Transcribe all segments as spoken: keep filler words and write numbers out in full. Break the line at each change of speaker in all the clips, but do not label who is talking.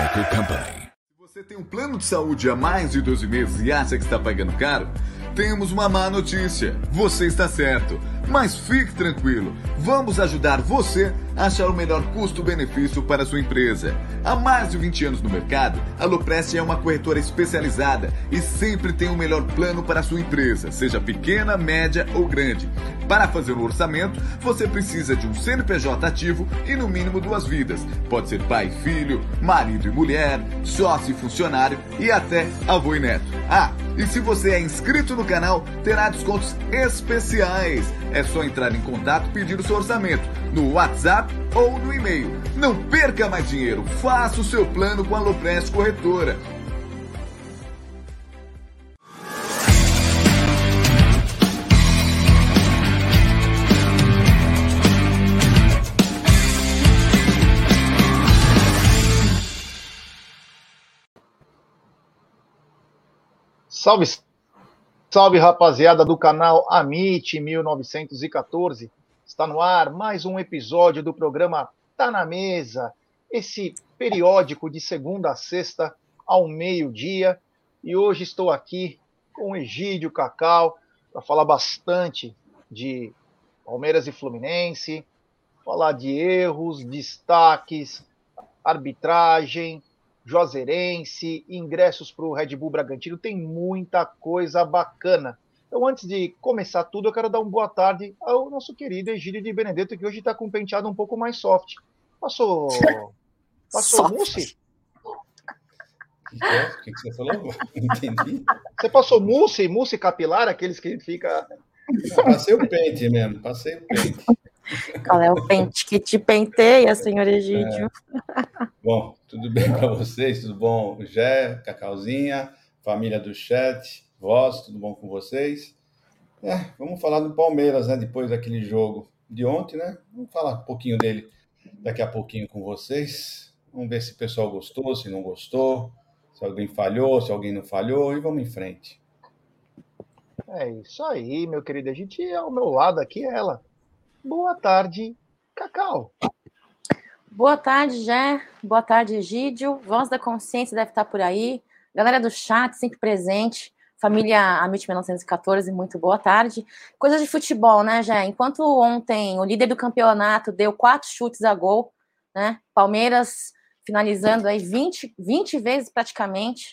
Tobacco Company. Se você tem um plano de saúde há mais de doze meses e acha que está pagando caro, temos uma má notícia. Você está certo. Mas fique tranquilo. Vamos ajudar você a achar o melhor custo-benefício para a sua empresa. Há mais de vinte anos no mercado, a Loprest é uma corretora especializada e sempre tem o melhor plano para a sua empresa, seja pequena, média ou grande. Para fazer um orçamento, você precisa de um C N P J ativo e no mínimo duas vidas. Pode ser pai e filho, marido e mulher, sócio e funcionário e até avô e neto. Ah, e se você é inscrito no canal, terá descontos especiais. É só entrar em contato e pedir o seu orçamento no WhatsApp ou no e-mail. Não perca mais dinheiro, faça o seu plano com a Loprest Corretora.
Salve, salve rapaziada do canal Amit mil novecentos e quatorze, está no ar mais um episódio do programa Tá na Mesa, esse periódico de segunda a sexta ao meio-dia, e hoje estou aqui com o Egídio Cacau para falar bastante de Palmeiras e Fluminense, falar de erros, destaques, arbitragem, Juazeirense, ingressos para o Red Bull Bragantino, tem muita coisa bacana. Então, antes de começar tudo, eu quero dar uma boa tarde ao nosso querido Egídio de Benedetto, que hoje está com um penteado um pouco mais soft. Passou, passou mousse?
O que, que você falou? Não entendi.
Você passou mousse, mousse capilar, aqueles que fica...
Não, passei o pente mesmo, passei o pente.
Qual é o pente que te penteia, senhor Egídio?
É. Bom, tudo bem para vocês? Tudo bom? Gé, Cacauzinha, família do chat, vós, tudo bom com vocês? É, vamos falar do Palmeiras, né? Depois daquele jogo de ontem, né? Vamos falar um pouquinho dele daqui a pouquinho com vocês. Vamos ver se o pessoal gostou, se não gostou, se alguém falhou, se alguém não falhou, e vamos em frente.
É isso aí, meu querido. A gente é ao meu lado aqui, ela. Boa tarde, Cacau.
Boa tarde, Jé. Boa tarde, Egídio. Voz da Consciência deve estar por aí. Galera do chat, sempre presente. Família Amit mil novecentos e quatorze, muito boa tarde. Coisa de futebol, né, Jé? Enquanto ontem o líder do campeonato deu quatro chutes a gol, né? Palmeiras finalizando aí vinte, vinte vezes praticamente.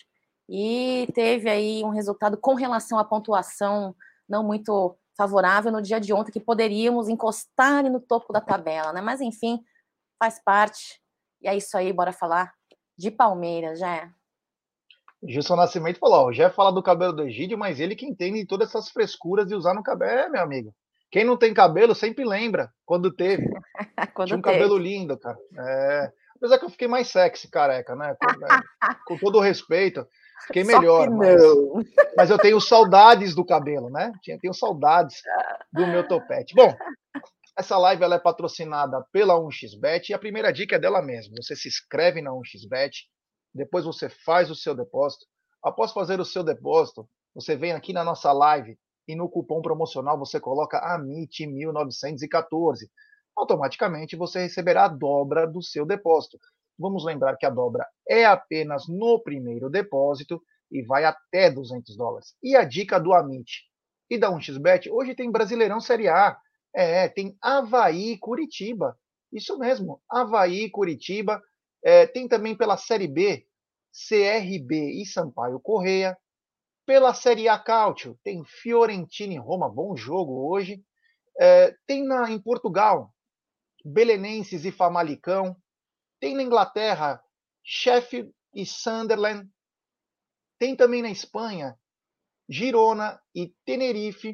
E teve aí um resultado com relação à pontuação não muito favorável no dia de ontem, que poderíamos encostar no topo da tabela, né? Mas, enfim, faz parte. E é isso aí, bora falar de Palmeiras, já.
Gilson Nascimento falou, ó, já fala do cabelo do Egídio, mas ele que entende todas essas frescuras de usar no cabelo. É, meu amigo. Quem não tem cabelo sempre lembra quando teve.
quando
Tinha um
teve.
cabelo lindo, cara. É... Apesar que eu fiquei mais sexy, careca, né? Com, né? Com todo o respeito. Fiquei melhor, mas, mas eu tenho saudades do cabelo, né? Tenho saudades do meu topete. Bom, essa live ela é patrocinada pela um x bet e a primeira dica é dela mesma. Você se inscreve na um x bet, depois você faz o seu depósito. Após fazer o seu depósito, você vem aqui na nossa live e no cupom promocional você coloca Amit mil novecentos e quatorze. Automaticamente você receberá a dobra do seu depósito. Vamos lembrar que a dobra é apenas no primeiro depósito e vai até duzentos dólares. E a dica do Amit e da um x bet, hoje tem Brasileirão Série A. É, tem Avaí e Curitiba. Isso mesmo, Avaí e Curitiba. É, tem também pela Série B, C R B e Sampaio Corrêa. Pela Série A Cálcio, tem Fiorentina e Roma, bom jogo hoje. É, tem na, em Portugal, Belenenses e Famalicão. Tem na Inglaterra, Sheffield e Sunderland. Tem também na Espanha, Girona e Tenerife.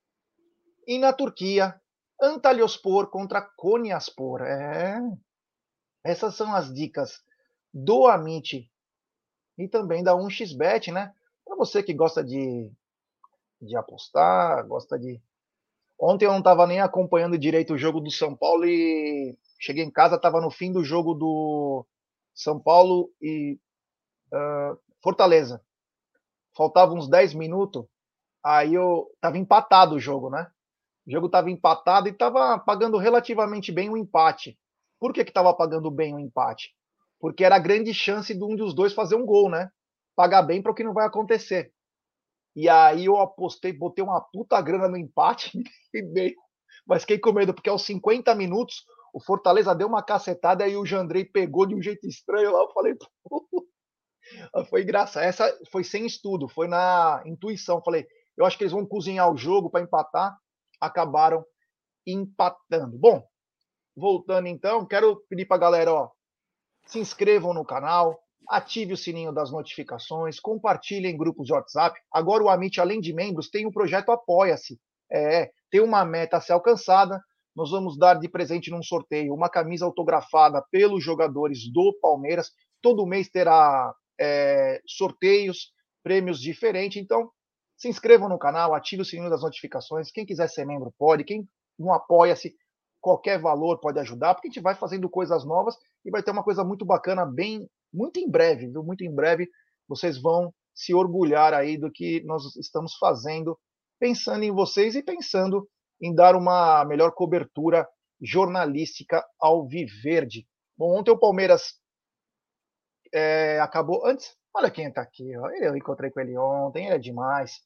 E na Turquia, Antalyaspor contra Konyaspor. É. Essas são as dicas do Amit e também da um x bet, né? Para você que gosta de, de apostar, gosta de... Ontem eu não estava nem acompanhando direito o jogo do São Paulo e cheguei em casa, estava no fim do jogo do São Paulo e uh, Fortaleza. Faltavam uns dez minutos, aí eu estava empatado o jogo, né? O jogo estava empatado e estava pagando relativamente bem o empate. Por que estava pagando bem o empate? porque era a grande chance de um dos dois fazer um gol, né? Pagar bem para o que não vai acontecer. E aí eu apostei, botei uma puta grana no empate e meio. Mas fiquei com medo, porque aos cinquenta minutos o Fortaleza deu uma cacetada e o Jandrei pegou de um jeito estranho lá. Eu falei, pô, foi engraçado. Essa foi sem estudo, foi na intuição. Falei, eu acho que eles vão cozinhar o jogo para empatar. Acabaram empatando. Bom, voltando então, quero pedir para a galera, ó, se inscrevam no canal, ative o sininho das notificações, compartilhem em grupos de WhatsApp. Agora o Amit, além de membros, tem o projeto Apoia-se. É, tem uma meta a ser alcançada. Nós vamos dar de presente num sorteio uma camisa autografada pelos jogadores do Palmeiras. Todo mês terá é, sorteios, prêmios diferentes. Então, se inscrevam no canal, ative o sininho das notificações. Quem quiser ser membro pode. Quem não apoia-se, qualquer valor pode ajudar, porque a gente vai fazendo coisas novas e vai ter uma coisa muito bacana, bem, muito em breve, viu? Muito em breve vocês vão se orgulhar aí do que nós estamos fazendo, pensando em vocês e pensando em dar uma melhor cobertura jornalística ao Viverde. Bom, ontem o Palmeiras é, acabou antes. Olha quem está aqui, ó. Eu encontrei com ele ontem, ele é demais.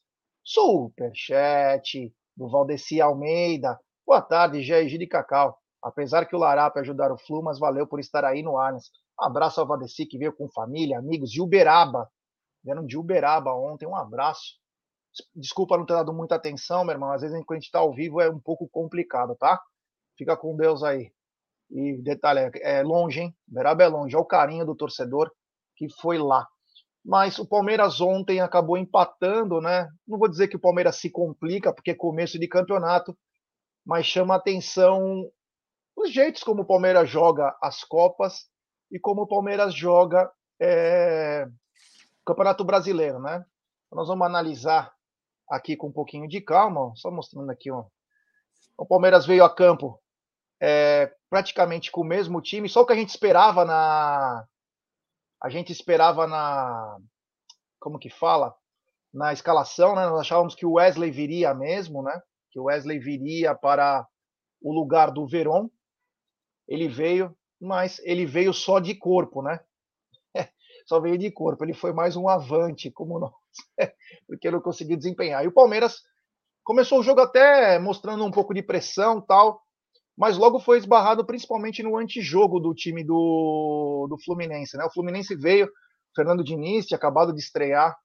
Superchat do Valdeci Almeida. Boa tarde, Jair e Cacau. Apesar que o Larápio ajudar o Flu, mas valeu por estar aí no Allianz. Um abraço ao Valdeci, que veio com família, amigos de Uberaba. Vieram de Uberaba ontem, um abraço. Desculpa não ter dado muita atenção, meu irmão. Às vezes, quando a gente está ao vivo, é um pouco complicado, tá? Fica com Deus aí. E detalhe, é longe, hein? Uberaba é longe. É o carinho do torcedor que foi lá. Mas o Palmeiras ontem acabou empatando, né? Não vou dizer que o Palmeiras se complica, porque é começo de campeonato, mas chama atenção os jeitos como o Palmeiras joga as Copas e como o Palmeiras joga é, o Campeonato Brasileiro, né? Então nós vamos analisar aqui com um pouquinho de calma, ó, só mostrando aqui, ó. O Palmeiras veio a campo é, praticamente com o mesmo time, só o que a gente esperava na... A gente esperava na... Como que fala? Na escalação, né? Nós achávamos que o Wesley viria mesmo, né? Que o Wesley viria para o lugar do Veron. Ele veio, mas ele veio só de corpo, né? Só veio de corpo. Ele foi mais um avante, como nós, porque não conseguiu desempenhar. E o Palmeiras começou o jogo até mostrando um pouco de pressão e tal, mas logo foi esbarrado principalmente no antijogo do time do, do Fluminense, né? O Fluminense veio, Fernando Diniz tinha acabado de estrear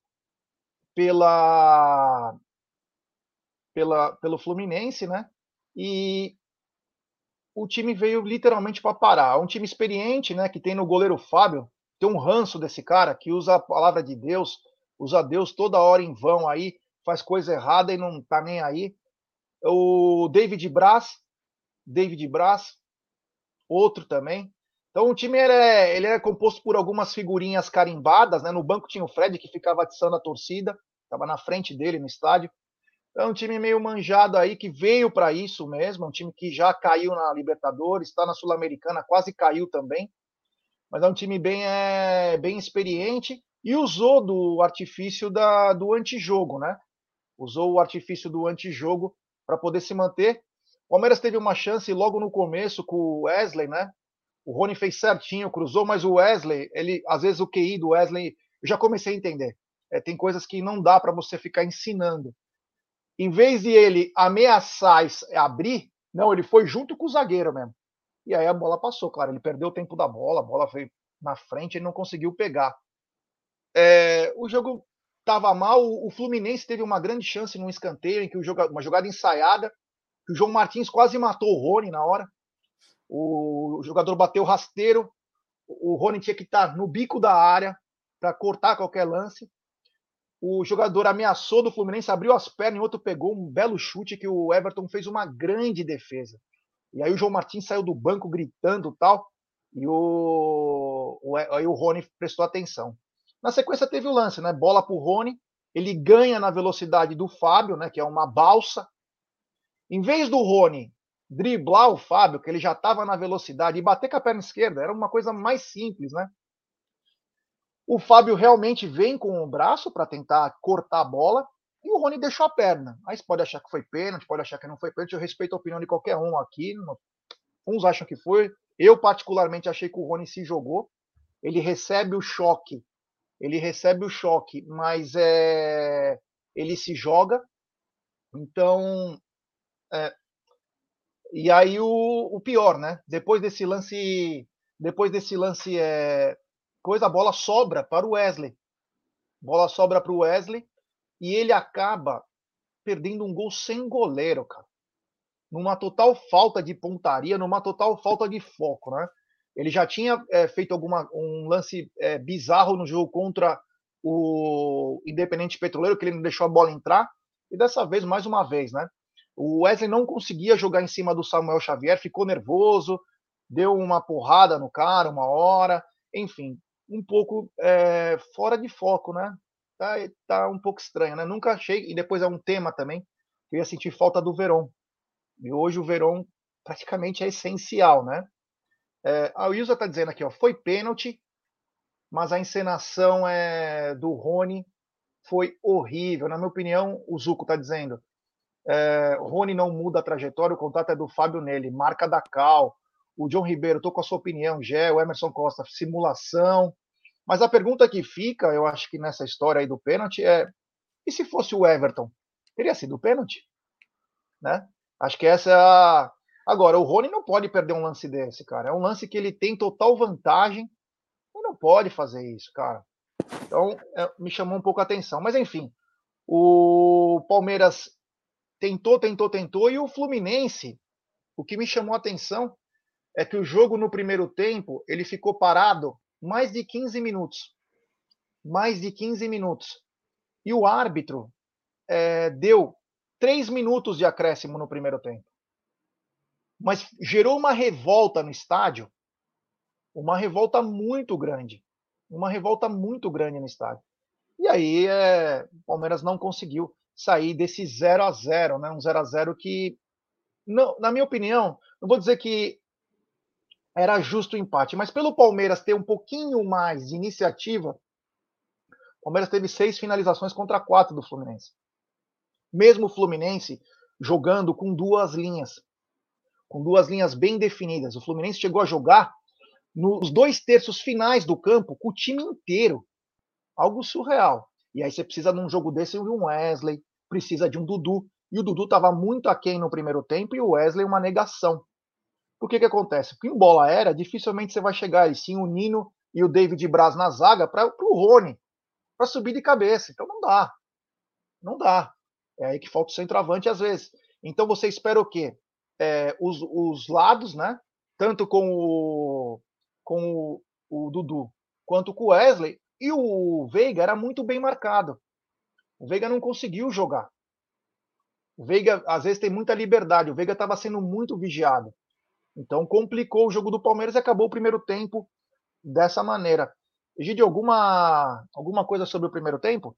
pela, pela, pelo Fluminense, né? E o time veio literalmente para parar. É um time experiente, né? Que tem no goleiro Fábio, tem um ranço desse cara que usa a palavra de Deus, usa Deus toda hora em vão aí, faz coisa errada e não tá nem aí. O David Braz, David Braz, outro também. Então o time era, ele era composto por algumas figurinhas carimbadas, né? No banco tinha o Fred, que ficava atiçando a torcida, estava na frente dele no estádio. É um time meio manjado aí, que veio para isso mesmo, é um time que já caiu na Libertadores, está na Sul-Americana, quase caiu também, mas é um time bem, é, bem experiente e usou do artifício da, do antijogo, né? Usou o artifício do antijogo para poder se manter. O Palmeiras teve uma chance logo no começo com o Wesley, né? O Rony fez certinho, cruzou, mas o Wesley, ele, às vezes o Q I do Wesley, eu já comecei a entender. É, tem coisas que não dá para você ficar ensinando. Em vez de ele ameaçar e abrir, não, ele foi junto com o zagueiro mesmo. E aí a bola passou, claro, ele perdeu o tempo da bola, a bola veio na frente e não conseguiu pegar. É, o jogo estava mal, o Fluminense teve uma grande chance num escanteio, em que o joga, uma jogada ensaiada, que o João Martins quase matou o Rony na hora. O jogador bateu rasteiro, o Rony tinha que estar no bico da área para cortar qualquer lance. O jogador ameaçou do Fluminense, abriu as pernas e outro pegou um belo chute que o Everton fez uma grande defesa. E aí o João Martins saiu do banco gritando e tal, e o, o, aí o Rony prestou atenção. Na sequência teve o lance, né? Bola para o Rony, ele ganha na velocidade do Fábio, né? Que é uma balsa. Em vez do Rony driblar o Fábio, que ele já estava na velocidade, e bater com a perna esquerda, era uma coisa mais simples, né? O Fábio realmente vem com o braço para tentar cortar a bola e o Rony deixou a perna. Aí você pode achar que foi pênalti, pode achar que não foi pênalti. Eu respeito a opinião de qualquer um aqui. Uns acham que foi. Eu, particularmente, achei que o Rony se jogou. ele recebe o choque, ele recebe o choque, mas é, ele se joga, então, é, e aí o, o pior, né? Depois desse lance, depois desse lance, é, coisa, a bola sobra para o Wesley, bola sobra para o Wesley e ele acaba perdendo um gol sem goleiro, cara. Numa total falta de pontaria, numa total falta de foco, né? Ele já tinha é, feito alguma, um lance é, bizarro no jogo contra o Independente Petroleiro, que ele não deixou a bola entrar, e dessa vez, mais uma vez, né? O Wesley não conseguia jogar em cima do Samuel Xavier, ficou nervoso, deu uma porrada no cara uma hora, enfim, um pouco é, fora de foco, né? Tá, tá um pouco estranho, né? Nunca achei, e depois é um tema também, que eu ia sentir falta do Veron. E hoje o Veron praticamente é essencial, né? É, a Wilson está dizendo aqui, ó, foi pênalti, mas a encenação é, do Rony foi horrível. Na minha opinião, o Zuco está dizendo, é, o Rony não muda a trajetória, o contato é do Fábio nele, marca da Cal. O John Ribeiro, estou com a sua opinião, Gé, o Emerson Costa, simulação. Mas a pergunta que fica, eu acho que nessa história aí do pênalti é, e se fosse o Everton? Teria sido pênalti? Né? Acho que essa é a... Agora, o Rony não pode perder um lance desse, cara. É um lance que ele tem total vantagem. Ele não pode fazer isso, cara. Então, é, me chamou um pouco a atenção. Mas, enfim, o Palmeiras tentou, tentou, tentou. E o Fluminense, o que me chamou a atenção é que o jogo no primeiro tempo, ele ficou parado mais de quinze minutos. Mais de quinze minutos. E o árbitro é, deu três minutos de acréscimo no primeiro tempo. Mas gerou uma revolta no estádio, uma revolta muito grande, uma revolta muito grande no estádio. E aí é, o Palmeiras não conseguiu sair desse zero a zero, né? Um zero a zero que, não, na minha opinião, não vou dizer que era justo o empate, mas pelo Palmeiras ter um pouquinho mais de iniciativa, o Palmeiras teve seis finalizações contra quatro do Fluminense. Mesmo o Fluminense jogando com duas linhas, com duas linhas bem definidas. O Fluminense chegou a jogar nos dois terços finais do campo com o time inteiro. Algo surreal. E aí você precisa, num jogo desse, de um Wesley, precisa de um Dudu. E o Dudu estava muito aquém no primeiro tempo e o Wesley uma negação. Por que que acontece? Porque em bola aérea, dificilmente você vai chegar aí, sim, o Nino e o David Braz na zaga para o Rony, para subir de cabeça. Então não dá. Não dá. É aí que falta o centroavante às vezes. Então você espera o quê? É, os, os lados, né? Tanto com o, com o, o Dudu quanto com o Wesley, e o Veiga era muito bem marcado. O Veiga não conseguiu jogar. O Veiga, às vezes, tem muita liberdade. O Veiga estava sendo muito vigiado. Então, complicou o jogo do Palmeiras e acabou o primeiro tempo dessa maneira. Egidio, alguma, alguma coisa sobre o primeiro tempo?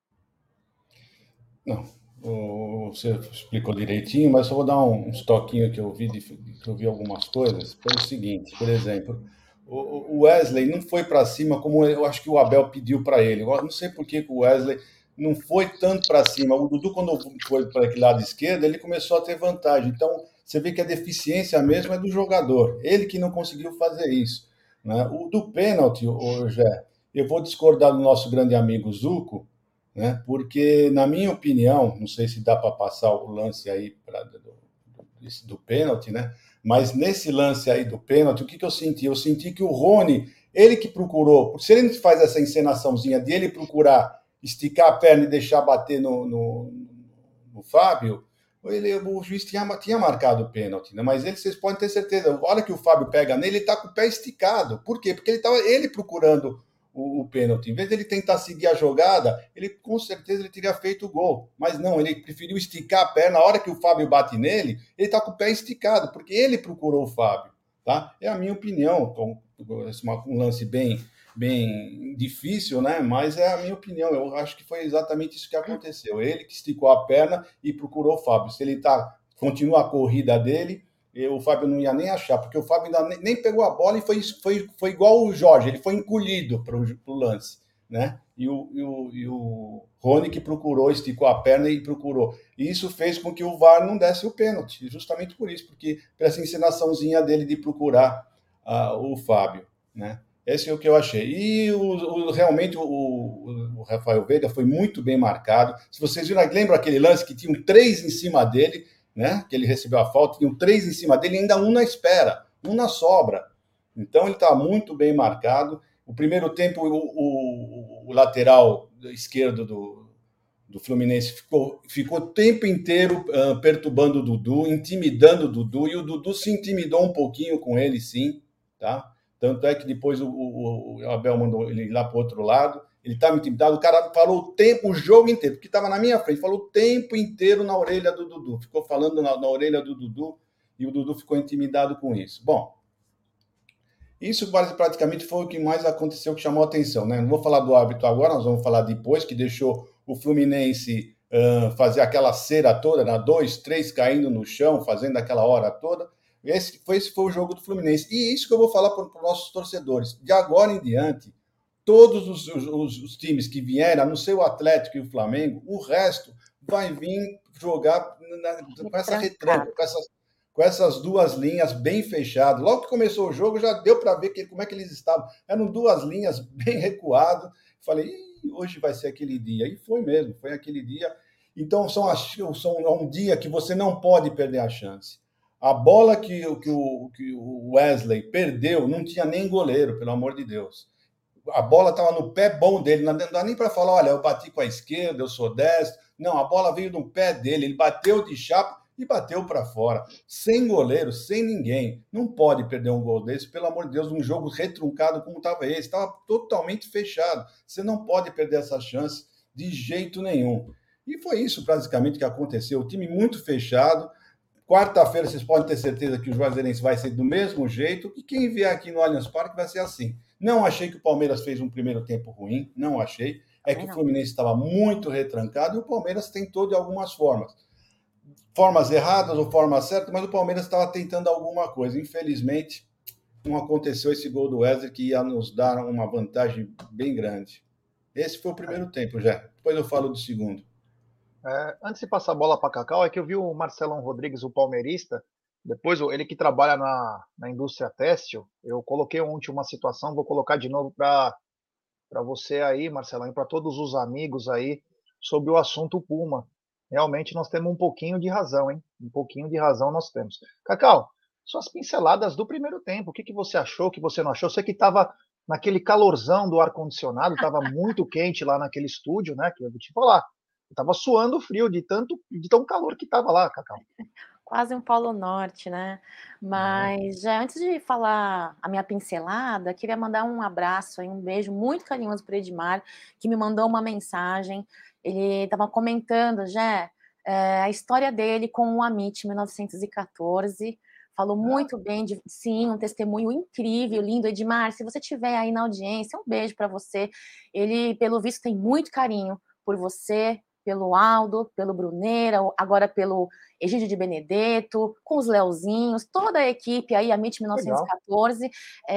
Não. Você explicou direitinho, mas só vou dar um, um toquinho que eu vi, de, que eu vi algumas coisas. Foi o seguinte, por exemplo, o Wesley não foi para cima como eu acho que o Abel pediu para ele. Eu não sei por que o Wesley não foi tanto para cima. O Dudu, quando foi para aquele lado esquerdo, ele começou a ter vantagem. Então, você vê que a deficiência mesmo é do jogador. Ele que não conseguiu fazer isso. Né? O do pênalti, o Jé, eu vou discordar do nosso grande amigo Zuco, né? Porque, na minha opinião, não sei se dá para passar o lance aí pra, do, do, do pênalti, né? Mas nesse lance aí do pênalti, o que, que eu senti? Eu senti que o Rony, ele que procurou, se ele faz essa encenaçãozinha de ele procurar esticar a perna e deixar bater no, no, no Fábio, ele, o juiz tinha, tinha marcado o pênalti, né? Mas ele, vocês podem ter certeza, a hora que o Fábio pega nele, ele está com o pé esticado. Por quê? Porque ele estava ele procurando o, o pênalti. Em vez de ele tentar seguir a jogada, ele com certeza ele teria feito o gol. Mas não, ele preferiu esticar a perna. A hora que o Fábio bate nele, ele está com o pé esticado, porque ele procurou o Fábio. Tá? É a minha opinião. Um lance bem, bem difícil, né? Mas é a minha opinião. Eu acho que foi exatamente isso que aconteceu. Ele que esticou a perna e procurou o Fábio. Se ele tá, continua a corrida dele, o Fábio não ia nem achar, porque o Fábio ainda nem, nem pegou a bola e foi, foi, foi igual o Jorge, ele foi encolhido para o lance, né? E o, e, o, e o Rony que procurou, esticou a perna e procurou. E isso fez com que o V A R não desse o pênalti, justamente por isso, porque por essa encenaçãozinha dele de procurar uh, o Fábio, né? Esse é o que eu achei. E o, o, realmente o, o Rafael Veiga foi muito bem marcado. Se vocês viram, lembra aquele lance que tinham três em cima dele, né? Que ele recebeu a falta, tinham três em cima dele, e ainda um na espera, um na sobra. Então ele está muito bem marcado. O primeiro tempo, o, o, o lateral esquerdo do, do Fluminense ficou, ficou o tempo inteiro uh, perturbando o Dudu, intimidando o Dudu, e o Dudu se intimidou um pouquinho com ele, sim, tá? Tanto é que depois o, o, o Abel mandou ele ir lá para o outro lado, ele estava intimidado, o cara falou o tempo, o jogo inteiro, porque estava na minha frente, falou o tempo inteiro na orelha do Dudu, ficou falando na, na orelha do Dudu, e o Dudu ficou intimidado com isso. Bom, isso praticamente foi o que mais aconteceu, que chamou a atenção, né? Não vou falar do árbitro agora, nós vamos falar depois, que deixou o Fluminense uh, fazer aquela cera toda, né? Dois, três caindo no chão, fazendo aquela hora toda. Esse foi, esse foi o jogo do Fluminense. E isso que eu vou falar para os nossos torcedores. De agora em diante, todos os, os, os times que vieram, a não ser o Atlético e o Flamengo, o resto vai vir jogar na, com essa retranca, com essas, com essas duas linhas bem fechadas. Logo que começou o jogo, já deu para ver que, como é que eles estavam. Eram duas linhas bem recuadas. Falei, hoje vai ser aquele dia. E foi mesmo, foi aquele dia. Então, são, são, é um dia que você não pode perder a chance. A bola que, que, o, que o Wesley perdeu não tinha nem goleiro, pelo amor de Deus. A bola estava no pé bom dele, não dá nem para falar, olha, eu bati com a esquerda, eu sou destro. Não, a bola veio no pé dele, ele bateu de chapa e bateu para fora. Sem goleiro, sem ninguém. Não pode perder um gol desse, pelo amor de Deus, um jogo retruncado como estava esse. Estava totalmente fechado. Você não pode perder essa chance de jeito nenhum. E foi isso, basicamente, que aconteceu. O time muito fechado. Quarta-feira, vocês podem ter certeza que o Juazeirense vai ser do mesmo jeito, e quem vier aqui no Allianz Parque vai ser assim. Não achei que o Palmeiras fez um primeiro tempo ruim, não achei. É que o Fluminense estava muito retrancado e o Palmeiras tentou de algumas formas. Formas erradas ou formas certas, mas o Palmeiras estava tentando alguma coisa. Infelizmente, não aconteceu esse gol do Wesley, que ia nos dar uma vantagem bem grande. Esse foi o primeiro tempo, já. Depois eu falo do segundo.
É, antes de passar a bola para Cacau, é que eu vi o Marcelão Rodrigues, o palmeirista, depois ele que trabalha na, na indústria têxtil, eu coloquei ontem uma situação, vou colocar de novo para você aí, Marcelão, e para todos os amigos aí, sobre o assunto Puma. Realmente nós temos um pouquinho de razão, hein? Um pouquinho de razão nós temos. Cacau, suas pinceladas do primeiro tempo, o que, que você achou, o que você não achou? Você que estava naquele calorzão do ar-condicionado, estava muito quente lá naquele estúdio, né? Que eu vou te falar. Eu tava suando frio de tanto, de tão calor que tava lá, Cacau.
Quase um Polo Norte, né? Mas já antes de falar a minha pincelada, queria mandar um abraço, um beijo muito carinhoso para o Edmar, que me mandou uma mensagem. Ele estava comentando já é, a história dele com o Amit em mil novecentos e quatorze. Falou muito ah. bem, de, sim, um testemunho incrível, lindo. Edmar, se você estiver aí na audiência, um beijo para você. Ele, pelo visto, tem muito carinho por você, pelo Aldo, pelo Bruneira, agora pelo Egídio de Benedetto, com os Leozinhos, toda a equipe aí, a Amit mil novecentos e quatorze.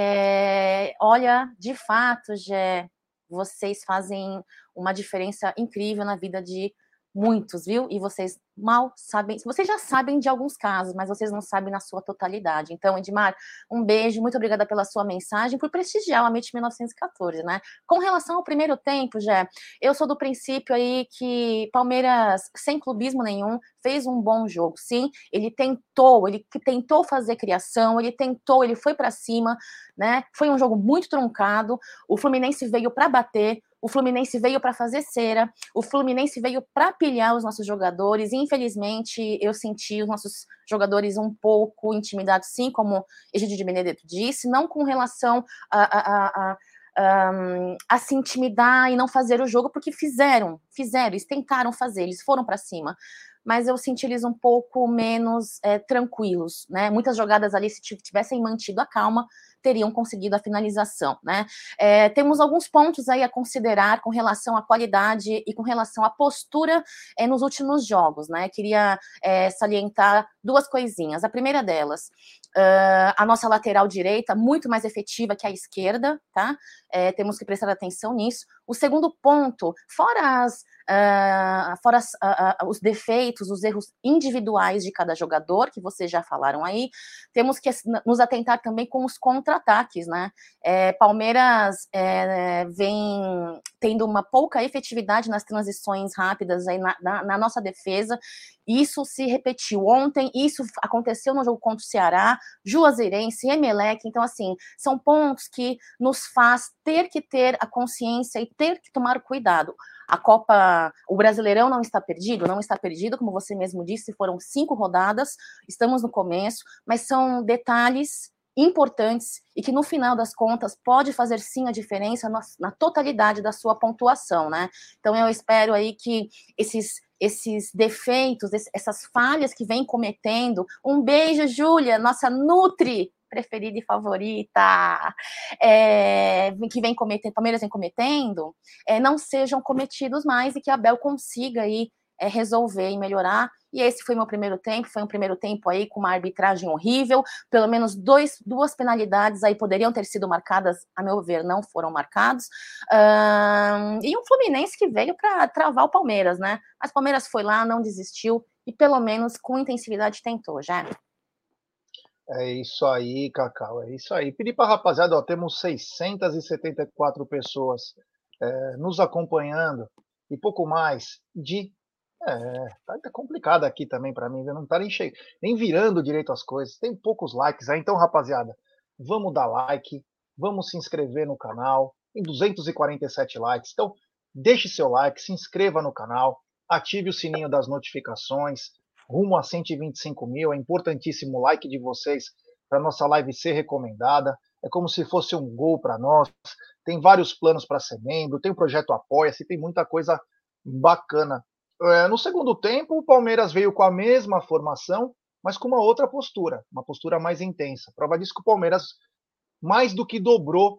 É, olha, de fato, Gé, vocês fazem uma diferença incrível na vida de muitos, viu? E vocês mal sabem, vocês já sabem de alguns casos, mas vocês não sabem na sua totalidade. Então, Edmar, um beijo, muito obrigada pela sua mensagem, por prestigiar o Amit mil novecentos e quatorze, né? Com relação ao primeiro tempo, já, eu sou do princípio aí que Palmeiras, sem clubismo nenhum, fez um bom jogo, sim, ele tentou, ele tentou fazer criação, ele tentou, ele foi para cima, né? Foi um jogo muito truncado, o Fluminense veio para bater, o Fluminense veio para fazer cera, o Fluminense veio para pilhar os nossos jogadores, e infelizmente eu senti os nossos jogadores um pouco intimidados, sim, como Egídio de Benedetto disse, não com relação a, a, a, a, um, a se intimidar e não fazer o jogo, porque fizeram, fizeram, eles tentaram fazer, eles foram para cima, mas eu senti eles um pouco menos é, tranquilos, né? Muitas jogadas ali, se tivessem mantido a calma, teriam conseguido a finalização, né? É, temos alguns pontos aí a considerar com relação à qualidade e com relação à postura é, nos últimos jogos, né? Queria é, salientar duas coisinhas. A primeira delas, uh, a nossa lateral direita, muito mais efetiva que a esquerda, tá? É, temos que prestar atenção nisso. O segundo ponto, fora as Uh, fora as, uh, uh, os defeitos, os erros individuais de cada jogador, que vocês já falaram aí, temos que nos atentar também com os contra contra-ataques, né? É, Palmeiras é, vem tendo uma pouca efetividade nas transições rápidas aí na, na, na nossa defesa. Isso se repetiu ontem, isso aconteceu no jogo contra o Ceará, Juazeirense, Emelec. Então, assim, são pontos que nos faz ter que ter a consciência e ter que tomar cuidado. A Copa, o Brasileirão não está perdido, não está perdido, como você mesmo disse, foram cinco rodadas, estamos no começo, mas são detalhes importantes e que no final das contas pode fazer sim a diferença na, na totalidade da sua pontuação, né? Então eu espero aí que esses esses defeitos, essas falhas que vem cometendo, um beijo, Júlia, nossa Nutri preferida e favorita, é, que vem cometendo, Palmeiras vem cometendo, é, não sejam cometidos mais e que a Abel consiga aí é, resolver e melhorar. E esse foi meu primeiro tempo, foi um primeiro tempo aí com uma arbitragem horrível, pelo menos dois, duas penalidades aí poderiam ter sido marcadas, a meu ver, não foram marcados, um, e um Fluminense que veio para travar o Palmeiras, né? Mas o Palmeiras foi lá, não desistiu, e pelo menos com intensividade tentou, já.
É isso aí, Cacau, é isso aí. Pedi para a rapaziada, ó, temos seiscentas e setenta e quatro pessoas é, nos acompanhando e pouco mais de... É, tá, tá complicado aqui também para mim, não tá nem, che... nem virando direito as coisas, tem poucos likes aí, então, rapaziada, vamos dar like, vamos se inscrever no canal, tem duzentos e quarenta e sete likes, então deixe seu like, se inscreva no canal, ative o sininho das notificações, rumo a cento e vinte e cinco mil, é importantíssimo o like de vocês para nossa live ser recomendada, é como se fosse um gol para nós, tem vários planos para ser membro, tem o projeto Apoia-se, tem muita coisa bacana. É, no segundo tempo, o Palmeiras veio com a mesma formação, mas com uma outra postura, uma postura mais intensa. Prova disso que o Palmeiras mais do que dobrou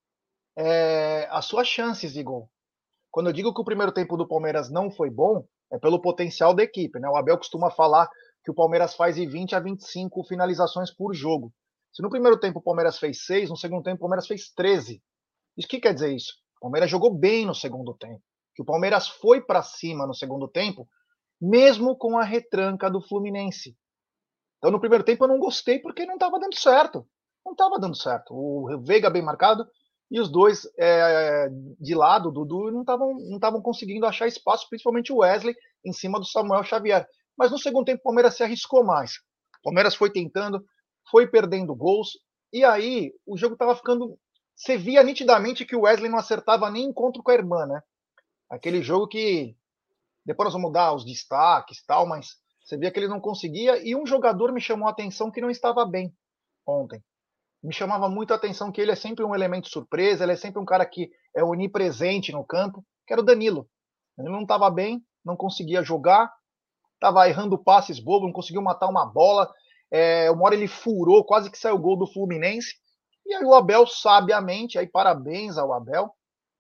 é, as suas chances de gol. Quando eu digo que o primeiro tempo do Palmeiras não foi bom, é pelo potencial da equipe, né? O Abel costuma falar que o Palmeiras faz de vinte a vinte e cinco finalizações por jogo. Se no primeiro tempo o Palmeiras fez seis, no segundo tempo o Palmeiras fez treze. Isso que quer dizer isso? O Palmeiras jogou bem no segundo tempo. Que o Palmeiras foi para cima no segundo tempo, mesmo com a retranca do Fluminense. Então, no primeiro tempo, eu não gostei porque não estava dando certo. Não estava dando certo. O Veiga bem marcado e os dois é, de lado, o Dudu, não estavam não estavam conseguindo achar espaço, principalmente o Wesley, em cima do Samuel Xavier. Mas no segundo tempo, o Palmeiras se arriscou mais. O Palmeiras foi tentando, foi perdendo gols, e aí o jogo estava ficando... Você via nitidamente que o Wesley não acertava nem encontro com a irmã, né? Aquele jogo que depois nós vamos dar os destaques e tal, mas você via que ele não conseguia, e um jogador me chamou a atenção que não estava bem ontem. Me chamava muito a atenção que ele é sempre um elemento surpresa, ele é sempre um cara que é onipresente no campo, que era o Danilo. Ele não estava bem, não conseguia jogar, estava errando passes bobos, não conseguiu matar uma bola, é, uma hora ele furou, quase que saiu o gol do Fluminense, e aí o Abel, sabiamente, aí parabéns ao Abel,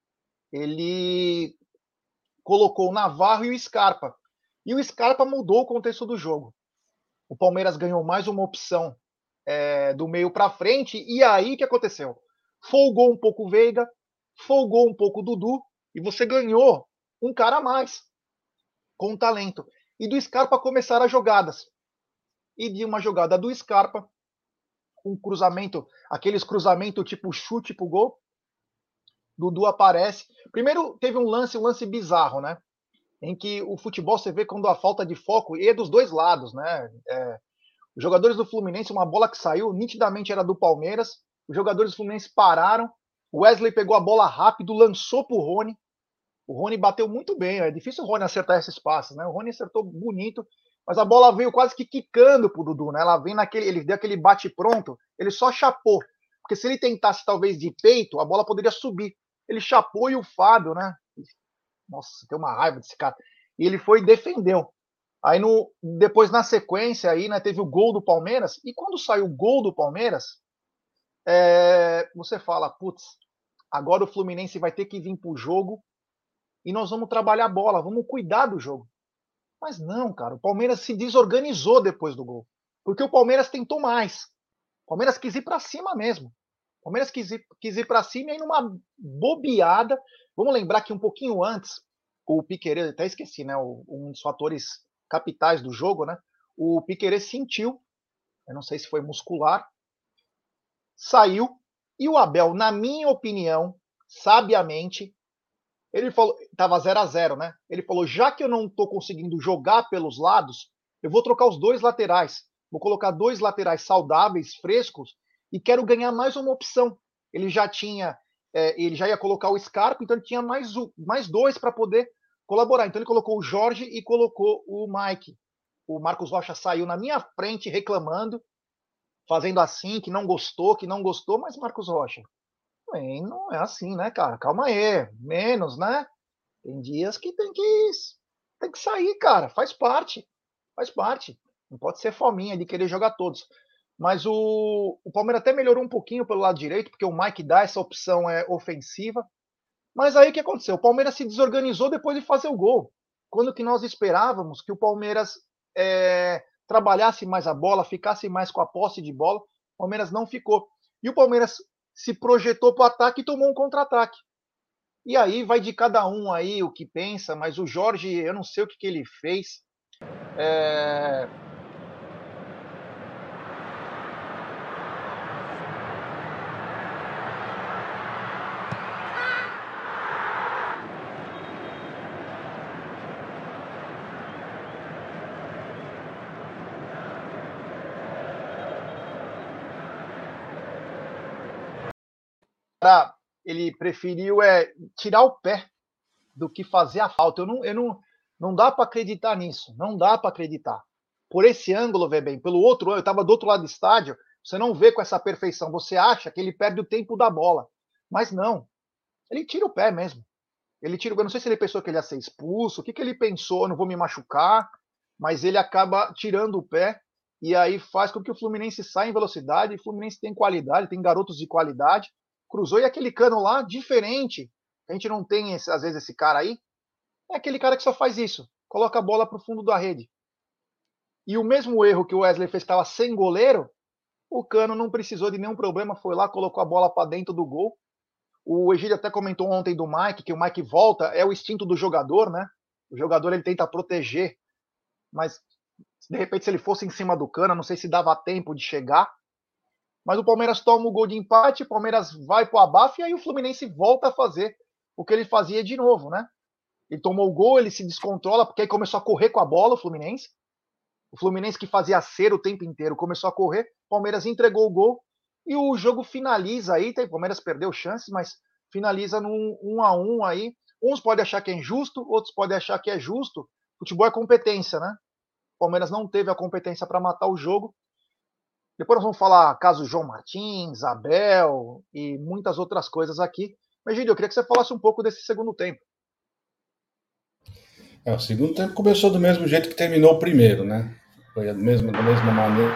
ele colocou o Navarro e o Scarpa. E o Scarpa mudou o contexto do jogo. O Palmeiras ganhou mais uma opção é, do meio para frente, e aí o que aconteceu? Folgou um pouco o Veiga, folgou um pouco o Dudu, e você ganhou um cara a mais, com talento. E do Scarpa começaram as jogadas. E de uma jogada do Scarpa, um cruzamento, aqueles cruzamentos tipo chute pro gol, Dudu aparece. Primeiro teve um lance, um lance bizarro, né? Em que o futebol você vê quando a falta de foco, e é dos dois lados, né? É, os jogadores do Fluminense, uma bola que saiu, nitidamente era do Palmeiras, os jogadores do Fluminense pararam, o Wesley pegou a bola rápido, lançou pro Rony, o Rony bateu muito bem, é difícil o Rony acertar esses passes, né? O Rony acertou bonito, mas a bola veio quase que quicando pro Dudu, né? Ela vem naquele, ele deu aquele bate pronto, ele só chapou, porque se ele tentasse talvez de peito, a bola poderia subir. Ele chapou e o Fábio, né? Nossa, tem uma raiva desse cara. E ele foi e defendeu. Aí no, depois na sequência aí, né, teve o gol do Palmeiras, e quando saiu o gol do Palmeiras, é, você fala, putz, agora o Fluminense vai ter que vir pro jogo e nós vamos trabalhar a bola, vamos cuidar do jogo. Mas não, cara, o Palmeiras se desorganizou depois do gol, porque o Palmeiras tentou mais. O Palmeiras quis ir para cima mesmo. O Palmeiras quis ir, quis ir para cima e aí numa bobeada, vamos lembrar que um pouquinho antes, o Piquerez, até esqueci, né, um dos fatores capitais do jogo, né, o Piquerez sentiu, eu não sei se foi muscular, saiu E o Abel, na minha opinião, sabiamente, ele falou, estava zero a zero, né? Ele falou, já que eu não estou conseguindo jogar pelos lados, eu vou trocar os dois laterais. Vou colocar dois laterais saudáveis, frescos, e quero ganhar mais uma opção. Ele já tinha, é, ele já ia colocar o Scarpa, então ele tinha mais, um, mais dois para poder colaborar. Então ele colocou o Jorge e colocou o Mike. O Marcos Rocha saiu na minha frente reclamando, fazendo assim, que não gostou, que não gostou, mas Marcos Rocha, não é assim, né, cara? Calma aí, menos, né? Tem dias que tem que tem que sair, cara. Faz parte, faz parte. Não pode ser fominha de querer jogar todos. Mas o, o Palmeiras até melhorou um pouquinho pelo lado direito, porque o Mike dá essa opção é, ofensiva. Mas aí o que aconteceu? O Palmeiras se desorganizou depois de fazer o gol. Quando que nós esperávamos que o Palmeiras é, trabalhasse mais a bola, ficasse mais com a posse de bola, o Palmeiras não ficou. E o Palmeiras se projetou para o ataque e tomou um contra-ataque. E aí vai de cada um aí o que pensa, mas o Jorge, eu não sei o que, que ele fez. É... Ele preferiu é, tirar o pé do que fazer a falta. Eu não, eu não, não dá para acreditar nisso. Não dá para acreditar. Por esse ângulo, vê bem. Pelo outro, eu estava do outro lado do estádio. Você não vê com essa perfeição. Você acha que ele perde o tempo da bola. Mas não. Ele tira o pé mesmo. Ele tira. Eu não sei se ele pensou que ele ia ser expulso. O que, que ele pensou? Eu não vou me machucar. Mas ele acaba tirando o pé. E aí faz com que o Fluminense saia em velocidade. O Fluminense tem qualidade, tem garotos de qualidade. Cruzou e aquele cano lá, diferente. A gente não tem, esse, às vezes, esse cara aí. É aquele cara que só faz isso. Coloca a bola para o fundo da rede. E o mesmo erro que o Wesley fez, que estava sem goleiro, o Cano não precisou de nenhum problema. Foi lá, colocou a bola para dentro do gol. O Egídio até comentou ontem do Mike, que o Mike volta. É o instinto do jogador, né? O jogador ele tenta proteger. Mas, de repente, se ele fosse em cima do Cano, não sei se dava tempo de chegar. Mas o Palmeiras toma o gol de empate, o Palmeiras vai para o abafo e aí o Fluminense volta a fazer o que ele fazia de novo, né? Ele tomou o gol, ele se descontrola, porque aí começou a correr com a bola o Fluminense. O Fluminense que fazia cera o tempo inteiro começou a correr, o Palmeiras entregou o gol e o jogo finaliza aí, o Palmeiras perdeu chances, mas finaliza num um a um aí. Uns podem achar que é injusto, outros podem achar que é justo. Futebol é competência, né? O Palmeiras não teve a competência para matar o jogo. Depois nós vamos falar caso João Martins, Abel e muitas outras coisas aqui. Mas, Gílio, eu queria que você falasse um pouco desse segundo tempo.
É, o segundo tempo começou do mesmo jeito que terminou o primeiro, né? Foi da mesma, da mesma maneira.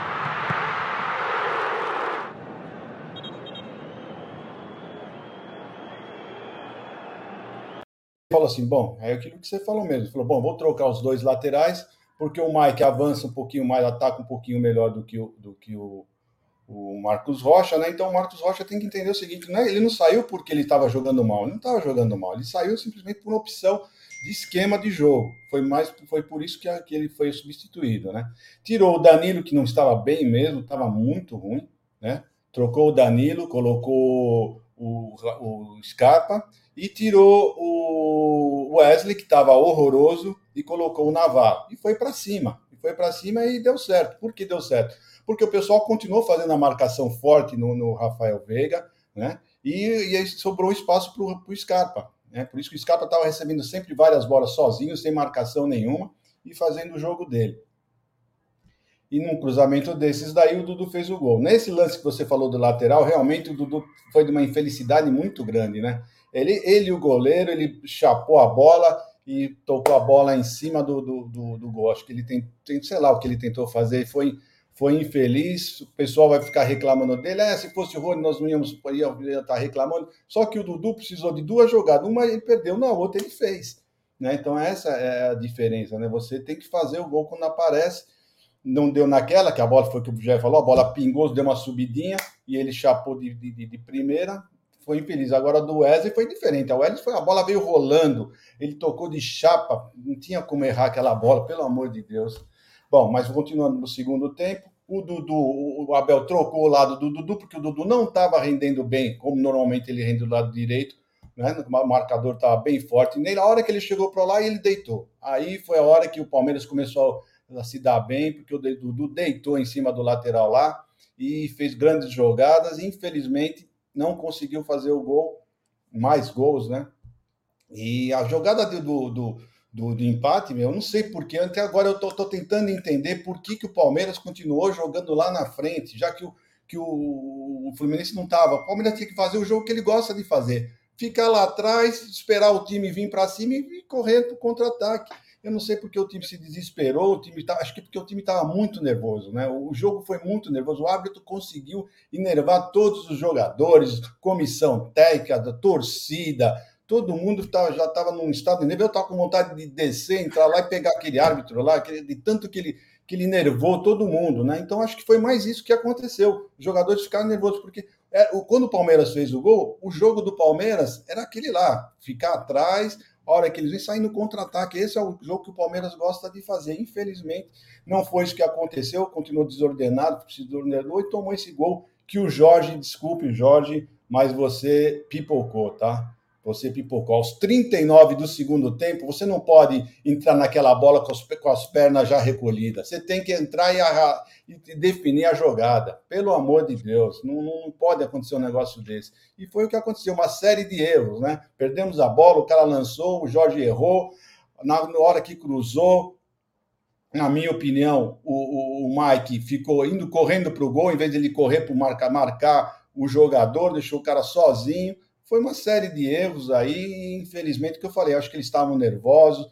Falou assim, bom, é aquilo que você falou mesmo. Falou, bom, vou trocar os dois laterais, porque o Mike avança um pouquinho mais, ataca um pouquinho melhor do que o, do que o, o Marcos Rocha, né? Então o Marcos Rocha tem que entender o seguinte, né? Ele não saiu porque ele estava jogando mal, ele não estava jogando mal, ele saiu simplesmente por uma opção de esquema de jogo. Foi mais, foi por isso que, a, que ele foi substituído, né? Tirou o Danilo, que não estava bem mesmo, estava muito ruim, né? Trocou o Danilo, colocou o, o Scarpa e tirou o Wesley, que estava horroroso, e colocou o Navarro. E foi para cima. E foi para cima e deu certo. Por que deu certo? Porque o pessoal continuou fazendo a marcação forte no, no Rafael Veiga, né? E, e aí sobrou espaço para o Scarpa. Né? Por isso que o Scarpa estava recebendo sempre várias bolas sozinho, sem marcação nenhuma, e fazendo o jogo dele. E num cruzamento desses, daí o Dudu fez o gol. Nesse lance que você falou do lateral, realmente o Dudu foi de uma infelicidade muito grande, né? Ele, ele o goleiro, ele chapou a bola e tocou a bola em cima do, do, do, do gol. Acho que ele tem, tem, sei lá o que ele tentou fazer, foi, foi infeliz. O pessoal vai ficar reclamando dele. É, se fosse o Rony, nós não íamos ia, ia estar reclamando. Só que o Dudu precisou de duas jogadas. Uma ele perdeu, na outra ele fez. Né? Então essa é a diferença, né? Você tem que fazer o gol quando aparece. Não deu naquela, que a bola foi o que o Jé falou, a bola pingou, deu uma subidinha e ele chapou de, de, de primeira, foi infeliz. Agora do Wesley foi diferente, a Wesley foi, a bola veio rolando, ele tocou de chapa, não tinha como errar aquela bola, pelo amor de Deus. Bom, mas continuando no segundo tempo, o Dudu, o Abel trocou o lado do Dudu, porque o Dudu não estava rendendo bem, como normalmente ele rende do lado direito, né? O marcador estava bem forte. E na hora que ele chegou para lá, ele deitou. Aí foi a hora que o Palmeiras começou a se dar bem, porque o Dudu deitou em cima do lateral lá e fez grandes jogadas. E, infelizmente, não conseguiu fazer o gol, mais gols, né? E a jogada do, do, do, do empate, meu, eu não sei porquê, até agora eu tô, tô tentando entender por que, que o Palmeiras continuou jogando lá na frente, já que o, que o, o Fluminense não estava. O Palmeiras tinha que fazer o jogo que ele gosta de fazer. Ficar lá atrás, esperar o time vir para cima e correr para o contra-ataque. Eu não sei porque o time se desesperou, o time tá, acho que porque o time estava muito nervoso, né? O jogo foi muito nervoso, o árbitro conseguiu enervar todos os jogadores, comissão técnica, da torcida, todo mundo tá, já estava num estado de nervo. Eu estava com vontade de descer, entrar lá e pegar aquele árbitro lá, de tanto que ele, que ele nervou todo mundo, né? Então acho que foi mais isso que aconteceu. Os jogadores ficaram nervosos, porque é, quando o Palmeiras fez o gol, o jogo do Palmeiras era aquele lá, ficar atrás, a hora que eles vêm sair no contra-ataque. Esse é o jogo que o Palmeiras gosta de fazer. Infelizmente, não foi isso que aconteceu, continuou desordenado, se desordenou e tomou esse gol que o Jorge, desculpe, Jorge, mas você pipocou, tá? Você pipocou. Aos trinta e nove do segundo tempo, você não pode entrar naquela bola com as, com as pernas já recolhidas. Você tem que entrar e, a, e definir a jogada. Pelo amor de Deus, não, não pode acontecer um negócio desse. E foi o que aconteceu, uma série de erros, né? Perdemos a bola, o cara lançou, o Jorge errou, na, na hora que cruzou, na minha opinião, o, o, o Mike ficou indo correndo para o gol, em vez de ele correr para marcar, marcar o jogador, deixou o cara sozinho. Foi uma série de erros aí, infelizmente, que eu falei, acho que eles estavam nervosos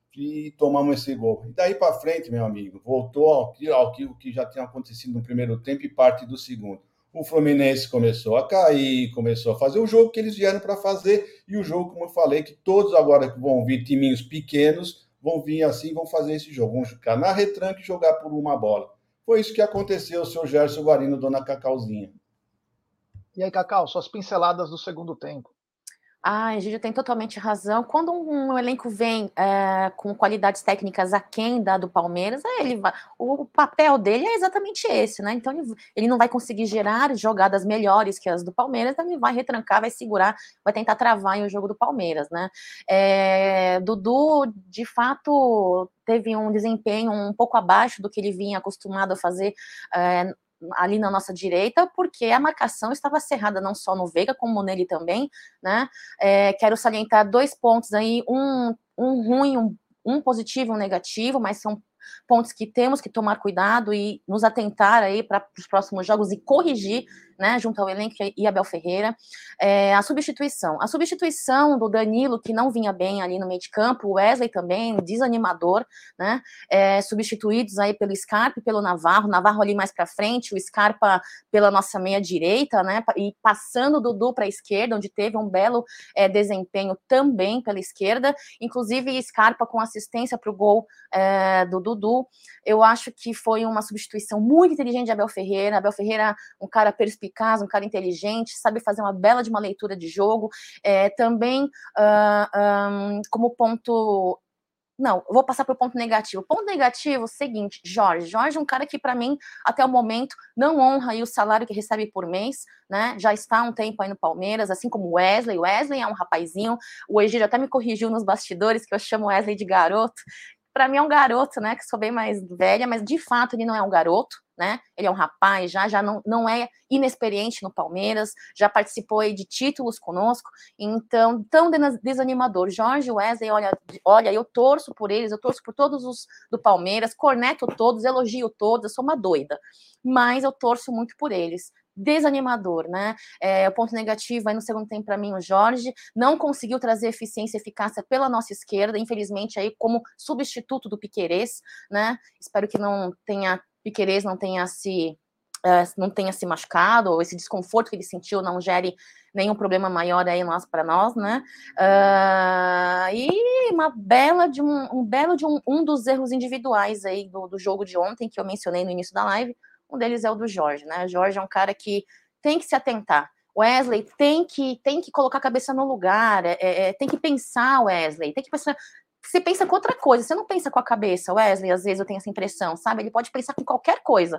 e tomamos esse gol. E daí para frente, meu amigo, voltou ao que, ao que, o que já tinha acontecido no primeiro tempo e parte do segundo. O Fluminense começou a cair, começou a fazer o jogo que eles vieram para fazer, e o jogo, como eu falei, que todos agora que vão vir timinhos pequenos, vão vir assim, vão fazer esse jogo, vão ficar na retranca e jogar por uma bola. Foi isso que aconteceu, seu Gerson Guarino, dona Cacauzinha.
E aí, Cacau, suas pinceladas do segundo tempo.
Ah, Egídio tem totalmente razão. Quando um, um elenco vem é, com qualidades técnicas aquém da do Palmeiras, ele vai, o papel dele é exatamente esse, né? Então ele, ele não vai conseguir gerar jogadas melhores que as do Palmeiras, então ele vai retrancar, vai segurar, vai tentar travar em o jogo do Palmeiras, né? É, Dudu, de fato, teve um desempenho um pouco abaixo do que ele vinha acostumado a fazer é, ali na nossa direita, porque a marcação estava cerrada não só no Veiga, como nele também, né? É, quero salientar dois pontos aí, um, um ruim, um, um positivo e um negativo, mas são pontos que temos que tomar cuidado e nos atentar aí para os próximos jogos e corrigir, né, junto ao elenco e Abel Ferreira. É, a substituição. A substituição do Danilo, que não vinha bem ali no meio de campo, o Wesley também, desanimador, né, é, substituídos aí pelo Scarpa e pelo Navarro, Navarro ali mais para frente, o Scarpa pela nossa meia direita, né, e passando o Dudu para a esquerda, onde teve um belo é, desempenho também pela esquerda, inclusive Scarpa com assistência para o gol é, do Dudu. Eu acho que foi uma substituição muito inteligente de Abel Ferreira. Abel Ferreira, um cara perspicaz, um cara inteligente, sabe fazer uma bela de uma leitura de jogo. É, também, uh, um, como ponto... Não, vou passar para o ponto negativo. Ponto negativo, seguinte, Jorge. Jorge é um cara que, para mim, até o momento, não honra aí o salário que recebe por mês, né? Já está há um tempo aí no Palmeiras, assim como o Wesley. O Wesley é um rapazinho. O Egídio até me corrigiu nos bastidores, que eu chamo o Wesley de garoto. Para mim é um garoto, né, que sou bem mais velha, mas de fato ele não é um garoto, né, ele é um rapaz, já, já não, não é inexperiente no Palmeiras, já participou aí de títulos conosco, então, tão desanimador. Jorge, Wesley, olha, olha, eu torço por eles, eu torço por todos os do Palmeiras, corneto todos, elogio todos, eu sou uma doida, mas eu torço muito por eles. Desanimador, né? É, o ponto negativo aí no segundo tempo para mim, o Jorge não conseguiu trazer eficiência e eficácia pela nossa esquerda, infelizmente aí como substituto do Piquerez, né? Espero que não tenha Piquerez não tenha se uh, não tenha se machucado, ou esse desconforto que ele sentiu não gere nenhum problema maior aí nós para nós, né? Uh, e uma bela de um, um belo de um, um dos erros individuais aí do, do jogo de ontem que eu mencionei no início da live. Um deles é o do Jorge, né? O Jorge é um cara que tem que se atentar. Wesley tem que, tem que colocar a cabeça no lugar, é, é, tem que pensar, Wesley, tem que pensar. Você pensa com outra coisa, você não pensa com a cabeça, Wesley, às vezes eu tenho essa impressão, sabe? Ele pode pensar com qualquer coisa,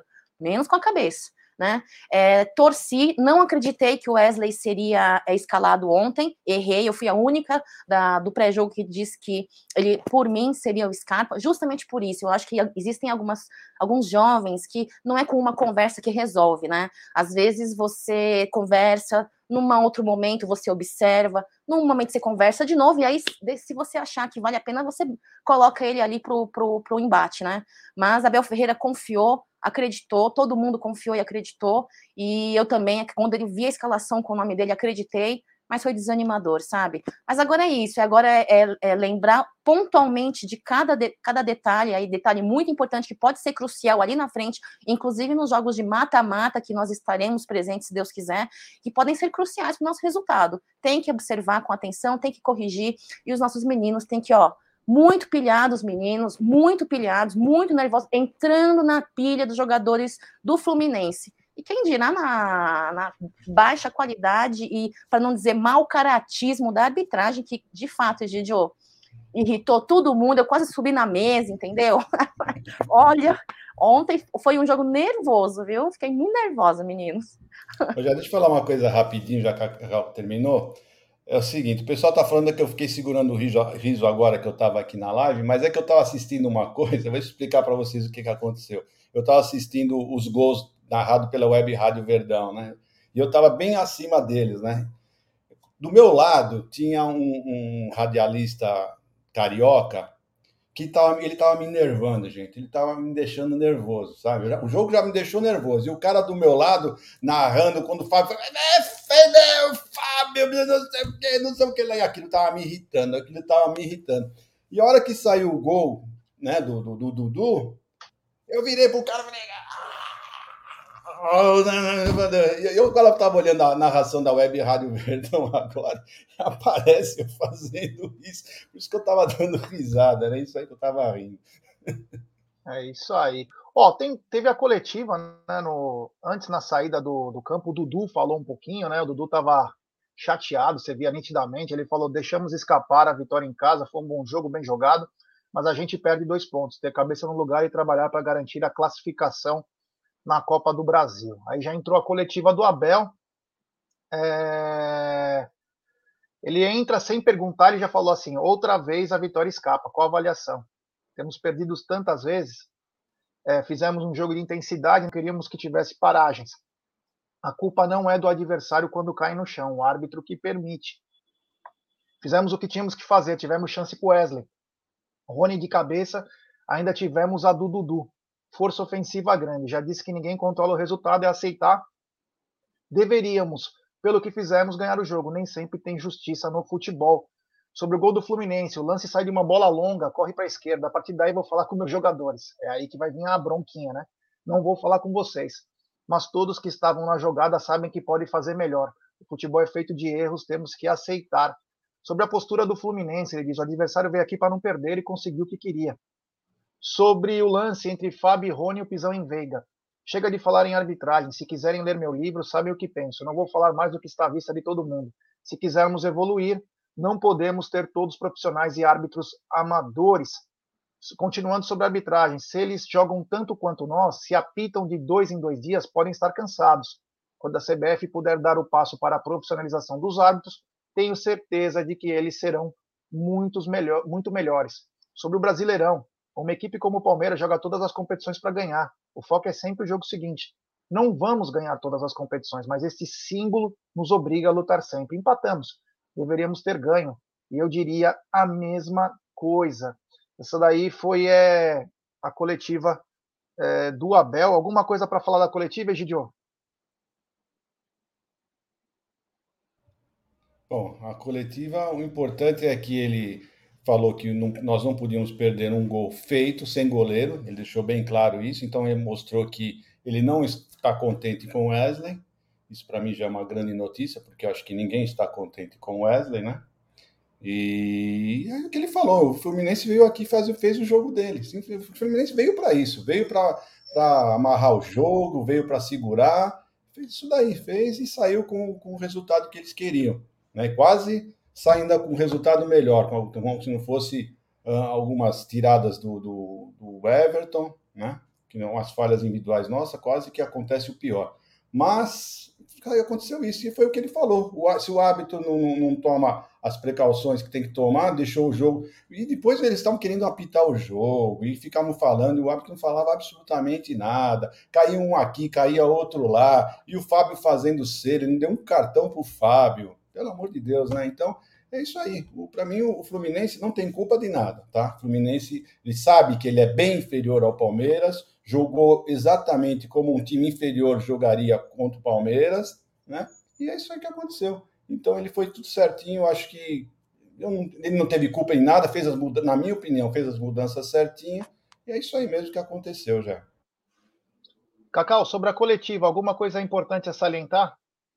menos com a cabeça. Né? É, torci, não acreditei que o Wesley seria é, escalado ontem, errei, eu fui a única da, do pré-jogo que disse que ele, por mim, seria o Scarpa, justamente por isso. Eu acho que existem algumas, alguns jovens que não é com uma conversa que resolve, né? Às vezes você conversa, num outro momento você observa, num momento você conversa de novo, e aí, se você achar que vale a pena, você coloca ele ali pro, pro, pro embate, né? Mas Abel Ferreira confiou, acreditou, todo mundo confiou e acreditou, e eu também, quando ele vi a escalação com o nome dele, acreditei, mas foi desanimador, sabe? Mas agora é isso, agora é, é, é lembrar pontualmente de cada, de, cada detalhe, aí detalhe muito importante que pode ser crucial ali na frente, inclusive nos jogos de mata-mata, que nós estaremos presentes, se Deus quiser, que podem ser cruciais para o nosso resultado. Tem que observar com atenção, tem que corrigir, e os nossos meninos têm que, ó, muito pilhados, meninos, muito pilhados, muito nervosos, entrando na pilha dos jogadores do Fluminense. E quem dirá na, na baixa qualidade e, para não dizer, mau caratismo da arbitragem, que, de fato, Egidio, irritou todo mundo, eu quase subi na mesa, entendeu? Olha, ontem foi um jogo nervoso, viu? Fiquei muito nervosa, meninos.
Eu já deixa eu falar uma coisa rapidinho, já que a Carol terminou. É o seguinte, o pessoal tá falando que eu fiquei segurando o riso, riso agora que eu estava aqui na live, mas é que eu estava assistindo uma coisa, eu vou explicar para vocês o que, que aconteceu. Eu estava assistindo os gols narrados pela Web Rádio Verdão, né? E eu estava bem acima deles, né? Do meu lado tinha um, um radialista carioca que tava, ele estava me enervando, gente. Ele estava me deixando nervoso, sabe? O jogo já me deixou nervoso. E o cara do meu lado narrando quando o Fábio falou, defendeu, Fábio, não sei o que, não sei o que. E aquilo estava me irritando, aquilo estava me irritando. E a hora que saiu o gol, né, do Dudu, do, do, do, eu virei pro cara e falei, e eu, quando eu estava olhando a narração da Web Rádio Verdão agora, aparece eu fazendo isso, por isso que eu estava dando risada, era isso aí que eu estava rindo.
É isso aí. Ó, tem, teve a coletiva, né, no, antes na saída do, do campo, o Dudu falou um pouquinho, né, o Dudu estava chateado, você via nitidamente, ele falou, deixamos escapar a vitória em casa, foi um bom jogo, bem jogado, mas a gente perde dois pontos, ter cabeça no lugar e trabalhar para garantir a classificação na Copa do Brasil. Aí já entrou a coletiva do Abel. É... Ele entra sem perguntar, ele já falou assim, outra vez a vitória escapa. Qual a avaliação? Temos perdido tantas vezes. É, fizemos um jogo de intensidade, não queríamos que tivesse paragens. A culpa não é do adversário quando cai no chão, o árbitro que permite. Fizemos o que tínhamos que fazer, tivemos chance com o Wesley. Rony de cabeça, ainda tivemos a do Dudu. Força ofensiva grande. Já disse que ninguém controla o resultado, é aceitar. Deveríamos, pelo que fizemos, ganhar o jogo. Nem sempre tem justiça no futebol. Sobre o gol do Fluminense, o lance sai de uma bola longa, corre para a esquerda. A partir daí vou falar com meus jogadores. É aí que vai vir a bronquinha, né? Não vou falar com vocês. Mas todos que estavam na jogada sabem que pode fazer melhor. O futebol é feito de erros, temos que aceitar. Sobre a postura do Fluminense, ele diz, o adversário veio aqui para não perder e conseguiu o que queria. Sobre o lance entre Fábio e Rony e o pisão em Veiga. Chega de falar em arbitragem. Se quiserem ler meu livro, sabem o que penso. Não vou falar mais do que está à vista de todo mundo. Se quisermos evoluir, não podemos ter todos profissionais e árbitros amadores. Continuando sobre a arbitragem, se eles jogam tanto quanto nós, se apitam de dois em dois dias, podem estar cansados. Quando a C B F puder dar o passo para a profissionalização dos árbitros, tenho certeza de que eles serão muitos melhor, muito melhores. Sobre o Brasileirão, uma equipe como o Palmeiras joga todas as competições para ganhar. O foco é sempre o jogo seguinte. Não vamos ganhar todas as competições, mas este símbolo nos obriga a lutar sempre. Empatamos. Deveríamos ter ganho. E eu diria a mesma coisa. Essa daí foi é, a coletiva é, do Abel. Alguma coisa para falar da coletiva, Egidio?
Bom, a coletiva, o importante é que ele falou que não, nós não podíamos perder um gol feito sem goleiro, ele deixou bem claro isso, então ele mostrou que ele não está contente com o Wesley, isso para mim já é uma grande notícia, porque eu acho que ninguém está contente com o Wesley, né? E é o que ele falou, o Fluminense veio aqui e fez, fez o jogo dele, o Fluminense veio para isso, veio para amarrar o jogo, veio para segurar, fez isso daí, fez e saiu com, com o resultado que eles queriam, né? Quase saindo com um resultado melhor, como se não fosse uh, algumas tiradas do, do, do Everton, né? que não, as falhas individuais nossas, quase que acontece o pior. Mas aí aconteceu isso, e foi o que ele falou. O, se o árbitro não, não, não toma as precauções que tem que tomar, deixou o jogo. E depois eles estavam querendo apitar o jogo, e ficavam falando, e o árbitro não falava absolutamente nada. Caía um aqui, caía outro lá, e o Fábio fazendo ser, ele não deu um cartão para o Fábio. Pelo amor de Deus, né? Então, é isso aí. Para mim, o Fluminense não tem culpa de nada, tá? O Fluminense, ele sabe que ele é bem inferior ao Palmeiras, jogou exatamente como um time inferior jogaria contra o Palmeiras, né? E é isso aí que aconteceu. Então, ele foi tudo certinho. Eu acho que eu não, ele não teve culpa em nada, fez as mudanças, na minha opinião, fez as mudanças certinho. E é isso aí mesmo que aconteceu já.
Cacau, sobre a coletiva, alguma coisa importante a salientar?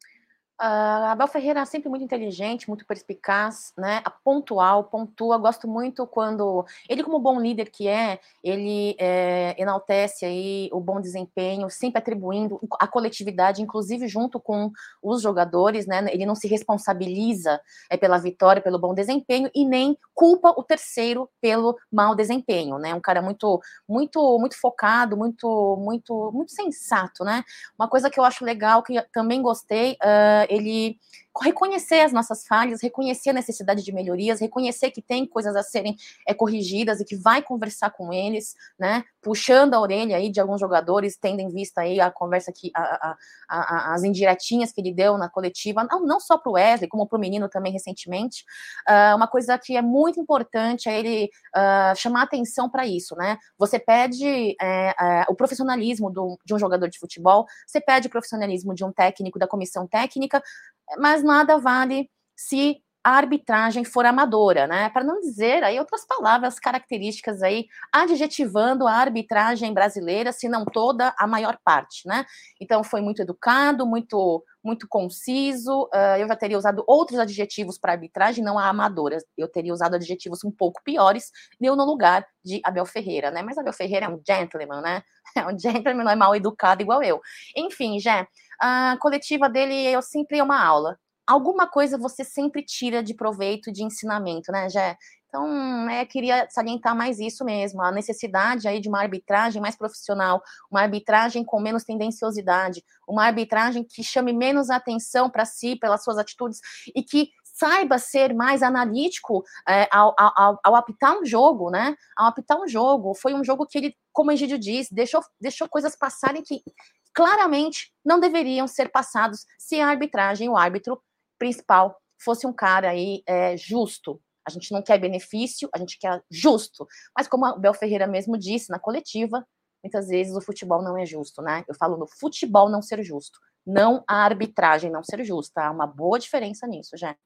Uh, Abel Ferreira é sempre muito inteligente, muito perspicaz, né? Pontual, pontua. Gosto muito quando ele, como bom líder que é, ele é, enaltece aí o bom desempenho, sempre atribuindo a coletividade, inclusive junto com os jogadores, né? Ele não se responsabiliza é, pela vitória, pelo bom desempenho e nem culpa o terceiro pelo mau desempenho, né? Um cara muito, muito, muito focado, muito, muito, muito sensato, né? Uma coisa que eu acho legal, que também gostei. Uh, ele reconhecer as nossas falhas, reconhecer a necessidade de melhorias, reconhecer que tem coisas a serem é, corrigidas e que vai conversar com eles, né, puxando a orelha aí de alguns jogadores, tendo em vista aí a conversa que, a, a, a, as indiretinhas que ele deu na coletiva, não, não só para o Wesley, como para o menino também recentemente. Uh, uma coisa que é muito importante é ele uh, chamar atenção para isso, né, você pede é, é, o profissionalismo do, de um jogador de futebol, você pede o profissionalismo de um técnico, da comissão técnica, mas nada vale se a arbitragem for amadora, né? Para não dizer aí outras palavras características aí, adjetivando a arbitragem brasileira, se não toda, a maior parte, né? Então foi muito educado, muito, muito conciso. Uh, eu já teria usado outros adjetivos para arbitragem, não a amadora. Eu teria usado adjetivos um pouco piores, deu no lugar de Abel Ferreira, né? Mas Abel Ferreira é um gentleman, né? É um gentleman, não é mal educado igual eu. Enfim, Jé, a coletiva dele eu sempre é uma aula. Alguma coisa você sempre tira de proveito, de ensinamento, né, Jé? Então, é, queria salientar mais isso mesmo, a necessidade aí de uma arbitragem mais profissional, uma arbitragem com menos tendenciosidade, uma arbitragem que chame menos atenção para si, pelas suas atitudes, e que saiba ser mais analítico é, ao, ao, ao apitar um jogo, né? Ao apitar um jogo. Foi um jogo que ele, como o Egídio disse, deixou, deixou coisas passarem que claramente não deveriam ser passados se a arbitragem, o árbitro principal, fosse um cara aí é, justo. A gente não quer benefício, a gente quer justo. Mas como o Abel Ferreira mesmo disse na coletiva, muitas vezes o futebol não é justo, né? Eu falo no futebol não ser justo, não a arbitragem não ser justa. Há uma boa diferença nisso, já.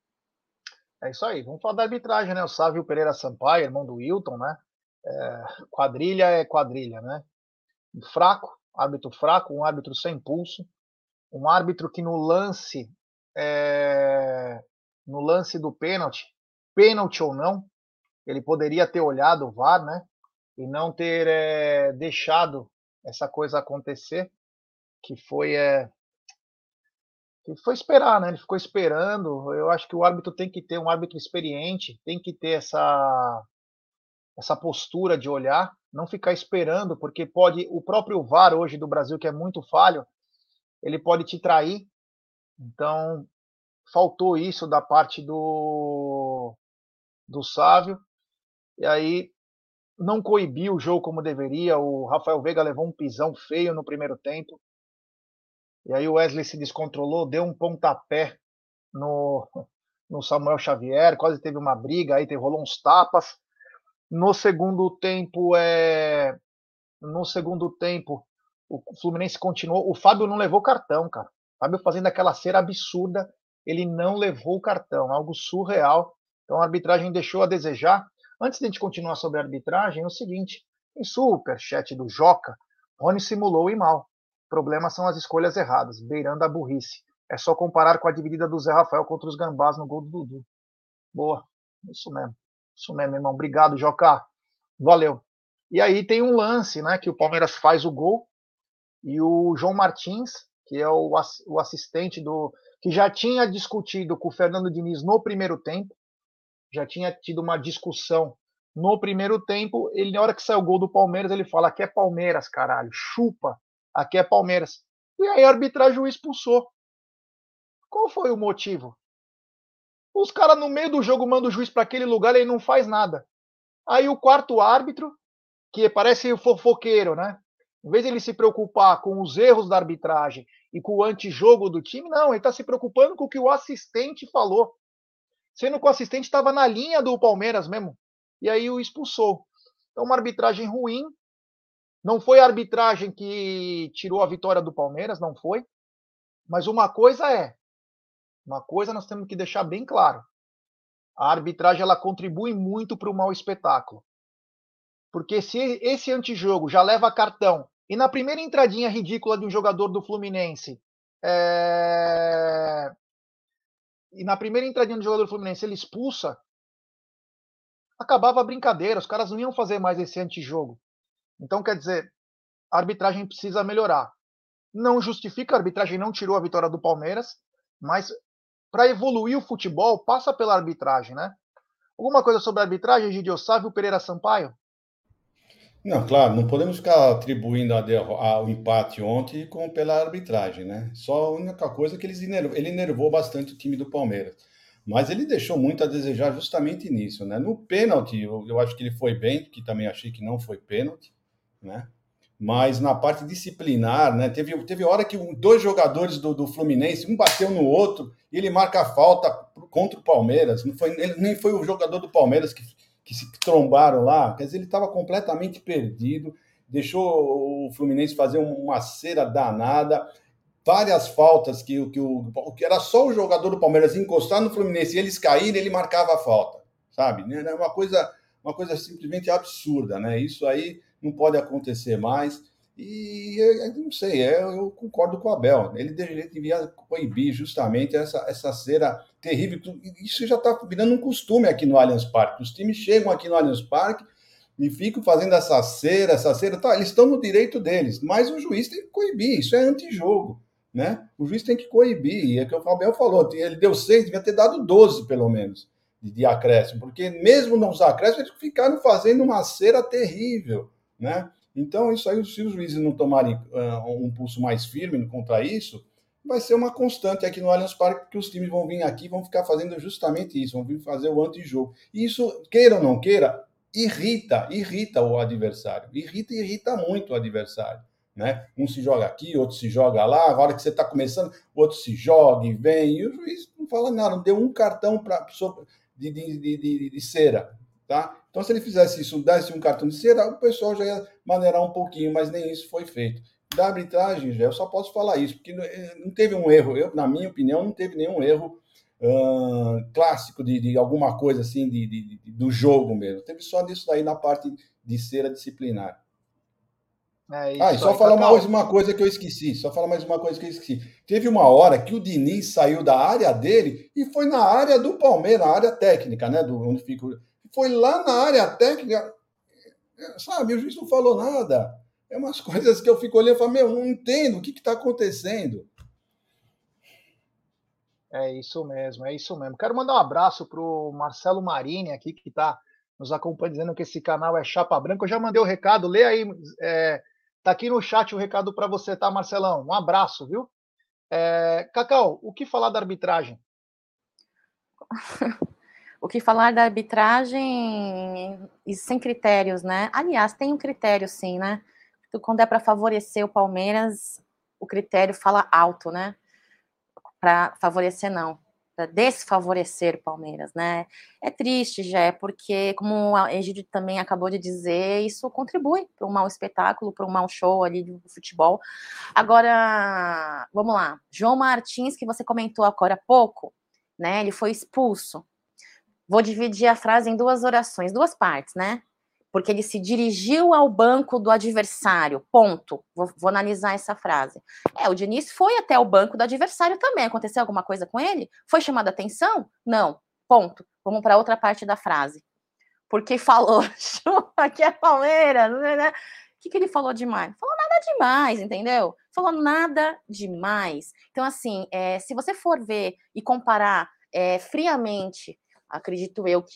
É isso aí. Vamos falar da arbitragem, né? O Sávio Pereira Sampaio, irmão do Wilton, né? É, quadrilha é quadrilha, né? Fraco, árbitro fraco, um árbitro sem pulso, um árbitro que no lance, é, no lance do pênalti, pênalti ou não, ele poderia ter olhado o V A R, né? E não ter é, deixado essa coisa acontecer, que foi é, que foi esperar, né? Ele ficou esperando. Eu acho que o árbitro tem que ter um árbitro experiente, tem que ter essa essa postura de olhar, não ficar esperando, porque pode o próprio V A R hoje do Brasil, que é muito falho, ele pode te trair. Então, faltou isso da parte do do Sávio. E aí não coibiu o jogo como deveria. O Rafael Veiga levou um pisão feio no primeiro tempo. E aí o Wesley se descontrolou, deu um pontapé no, no Samuel Xavier, quase teve uma briga, aí teve, rolou uns tapas. No segundo tempo, é... no segundo tempo, o Fluminense continuou. O Fábio não levou cartão, cara. O Fábio fazendo aquela cera absurda, ele não levou o cartão, algo surreal. Então a arbitragem deixou a desejar. Antes de a gente continuar sobre a arbitragem, é o seguinte: em superchat do Joca, Rony simulou e mal. O problema são as escolhas erradas, beirando a burrice. É só comparar com a dividida do Zé Rafael contra os Gambás no gol do Dudu. Boa, isso mesmo. Isso mesmo, irmão. Obrigado, Joca. Valeu. E aí tem um lance, né, que o Palmeiras faz o gol e o João Martins, que é o, o assistente do... que já tinha discutido com o Fernando Diniz no primeiro tempo, já tinha tido uma discussão No primeiro tempo, ele, na hora que saiu o gol do Palmeiras, ele fala: aqui é Palmeiras, caralho, chupa, aqui é Palmeiras. E aí a arbitragem o expulsou. Qual foi o motivo? Os caras no meio do jogo mandam o juiz para aquele lugar e ele não faz nada. Aí o quarto árbitro, que parece o fofoqueiro, né? Em vez de ele se preocupar com os erros da arbitragem e com o antijogo do time, não, ele está se preocupando com o que o assistente falou. Sendo que o assistente estava na linha do Palmeiras mesmo. E aí o expulsou. Então, uma arbitragem ruim. Não foi a arbitragem que tirou a vitória do Palmeiras, não foi. Mas uma coisa é, uma coisa nós temos que deixar bem claro. A arbitragem ela contribui muito para o mau espetáculo. Porque se esse antijogo já leva cartão, e na primeira entradinha ridícula de um jogador do Fluminense, é... e na primeira entradinha do jogador do Fluminense ele expulsa, acabava a brincadeira, os caras não iam fazer mais esse antijogo. Então, quer dizer, a arbitragem precisa melhorar. Não justifica, a arbitragem não tirou a vitória do Palmeiras, mas para evoluir o futebol, passa pela arbitragem, né? Alguma coisa sobre a arbitragem, Gidio Sávio Pereira Sampaio?
Não, claro, não podemos ficar atribuindo a derro- a- o empate ontem com pela arbitragem, né? Só a única coisa é que eles enerv- ele enervou bastante o time do Palmeiras. Mas ele deixou muito a desejar justamente nisso, né? No pênalti, eu, eu acho que ele foi bem, que também achei que não foi pênalti, né? Mas na parte disciplinar, né? Teve, teve hora que um- dois jogadores do, do Fluminense, um bateu no outro, e ele marca a falta contra o Palmeiras. Não foi, ele nem foi o jogador do Palmeiras que, que se trombaram lá. Quer dizer, ele estava completamente perdido, deixou o Fluminense fazer uma cera danada, várias faltas que, que, o, que era só o jogador do Palmeiras encostar no Fluminense e eles caírem, ele marcava a falta, sabe? É uma coisa, uma coisa simplesmente absurda, né? Isso aí não pode acontecer mais. E eu não sei, eu, eu concordo com o Abel. Ele devia proibir justamente essa, essa cera terrível. Isso já está virando um costume aqui no Allianz Parque. Os times chegam aqui no Allianz Parque e ficam fazendo essa cera, essa cera. Tá, eles estão no direito deles, mas o juiz tem que coibir. Isso é antijogo, né? O juiz tem que coibir. E é o que o Abel falou. Ele deu seis, devia ter dado doze, pelo menos, de, de acréscimo. Porque mesmo nos acréscimos, eles ficaram fazendo uma cera terrível, né? Então, isso aí, se os juízes não tomarem uh, um pulso mais firme contra isso, vai ser uma constante aqui no Allianz Parque, porque os times vão vir aqui e vão ficar fazendo justamente isso, vão vir fazer o antijogo. E isso, queira ou não queira, irrita, irrita o adversário. Irrita e irrita muito o adversário, né? Um se joga aqui, outro se joga lá, a hora que você está começando, o outro se joga e vem, e o juiz não fala nada, não deu um cartão pra, de, de, de, de, de cera, tá? Então, se ele fizesse isso, desse um cartão de cera, o pessoal já ia maneirar um pouquinho, mas nem isso foi feito. Da arbitragem, já, eu só posso falar isso, porque não teve um erro, eu, na minha opinião, não teve nenhum erro uh, clássico de, de alguma coisa assim, de, de, de, do jogo mesmo. Teve só disso daí na parte de cera disciplinar. É isso ah, e só aí, falar mais uma coisa que eu esqueci, só falar mais uma coisa que eu esqueci. Teve uma hora que o Diniz saiu da área dele e foi na área do Palmeiras, na área técnica, né, do, onde fica... Foi lá na área técnica, sabe, o juiz não falou nada. É umas coisas que eu fico olhando e falo, meu, não entendo o que está acontecendo.
É isso mesmo, é isso mesmo. Quero mandar um abraço para o Marcelo Marini aqui, que está nos acompanhando, dizendo que esse canal é Chapa Branca. Eu já mandei o recado, lê aí, é, tá aqui no chat o recado para você, tá, Marcelão? Um abraço, viu? É, Cacau, o que falar da arbitragem?
O que falar da arbitragem e sem critérios, né? Aliás, tem um critério, sim, né? Quando é para favorecer o Palmeiras, o critério fala alto, né? Para favorecer, não. Para desfavorecer o Palmeiras, né? É triste, já, é porque, como o Egídio também acabou de dizer, isso contribui para um mau espetáculo, para um mau show ali do futebol. Agora, vamos lá. João Martins, que você comentou agora há pouco, né? Ele foi expulso. Vou dividir a frase em duas orações, duas partes, né? Porque ele se dirigiu ao banco do adversário, ponto. Vou, vou analisar essa frase. É, o Diniz foi até o banco do adversário também. Aconteceu alguma coisa com ele? Foi chamada atenção? Não, ponto. Vamos para outra parte da frase. Porque falou, chupa que é Palmeiras, né? O que, que ele falou demais? Falou nada demais, entendeu? Falou nada demais. Então, assim, é, se você for ver e comparar é, friamente, acredito eu que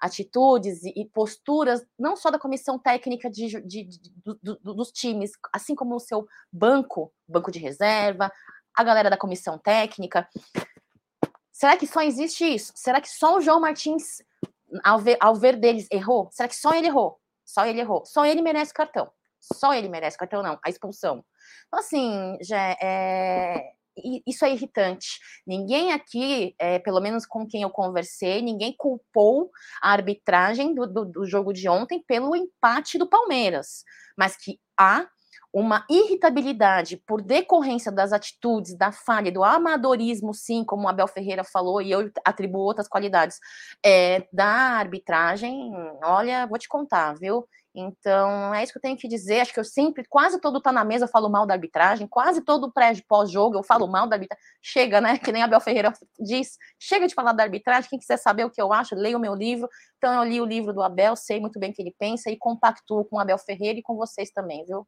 atitudes e posturas, não só da comissão técnica de, de, de, de, dos times, assim como o seu banco, banco de reserva, a galera da comissão técnica. Será que só existe isso? Será que só o João Martins, ao ver, ao ver deles, errou? Será que só ele errou? Só ele errou. Só ele merece cartão. Só ele merece cartão, não. A expulsão. Então, assim, já é... isso é irritante. Ninguém aqui, é, pelo menos com quem eu conversei, ninguém culpou a arbitragem do, do, do jogo de ontem pelo empate do Palmeiras. Mas que há uma irritabilidade por decorrência das atitudes, da falha, do amadorismo, sim, como o Abel Ferreira falou, e eu atribuo outras qualidades, é, da arbitragem, olha, vou te contar, viu? Então, é isso que eu tenho que dizer, acho que eu sempre, quase todo tá na mesa eu falo mal da arbitragem, quase todo pré pós-jogo eu falo mal da arbitragem, chega, né, que nem a Abel Ferreira diz, chega de falar da arbitragem, quem quiser saber o que eu acho, leia o meu livro, então eu li o livro do Abel, sei muito bem o que ele pensa e compactuo com o Abel Ferreira e com vocês também, viu?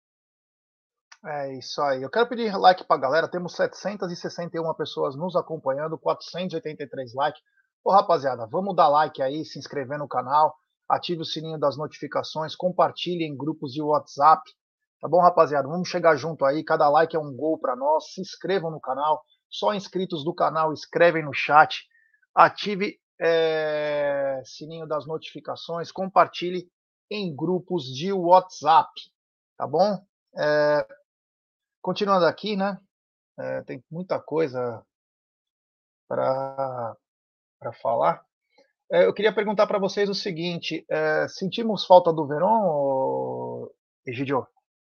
É isso aí. Eu quero pedir like pra galera. Temos setecentas e sessenta e uma pessoas nos acompanhando, quatrocentos e oitenta e três likes. Ô, rapaziada, vamos dar like aí, se inscrever no canal, ative o sininho das notificações, compartilhe em grupos de WhatsApp. Tá bom, rapaziada? Vamos chegar junto aí. Cada like é um gol para nós. Se inscrevam no canal. Só inscritos do canal escrevem no chat. Ative é, sininho das notificações. Compartilhe em grupos de WhatsApp. Tá bom? É, Continuando aqui, né? É, tem muita coisa para falar. É, eu queria perguntar para vocês o seguinte: é, sentimos falta do Verón, Egidio?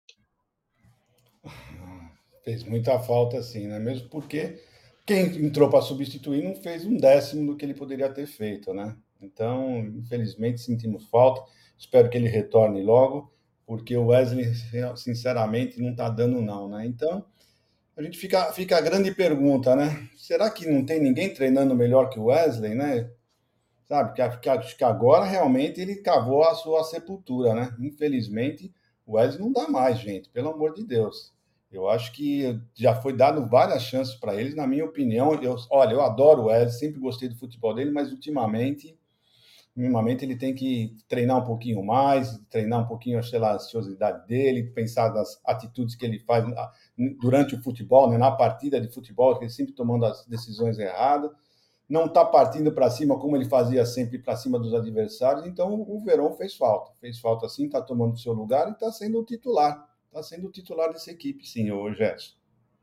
Fez muita falta, sim, né? Mesmo porque quem entrou para substituir não fez um décimo do que ele poderia ter feito, né? Então, infelizmente, sentimos falta. Espero que ele retorne logo, porque o Wesley, sinceramente, não está dando não, né? Então, a gente fica, fica a grande pergunta, né? Será que não tem ninguém treinando melhor que o Wesley, né? Sabe, que, que, que agora realmente ele cavou a sua sepultura, né? Infelizmente, o Wesley não dá mais, gente, pelo amor de Deus. Eu acho que já foi dado várias chances para eles, na minha opinião. Eu, olha, eu adoro o Wesley, sempre gostei do futebol dele, mas ultimamente, ultimamente ele tem que treinar um pouquinho mais, treinar um pouquinho, sei lá, a ansiosidade dele, pensar nas atitudes que ele faz durante o futebol, né, na partida de futebol, que ele sempre tomando as decisões erradas. Não está partindo para cima como ele fazia sempre para cima dos adversários. Então o Verón fez falta, fez falta sim, está tomando seu lugar e está sendo o titular. Está sendo o titular dessa equipe, sim, o Gerson.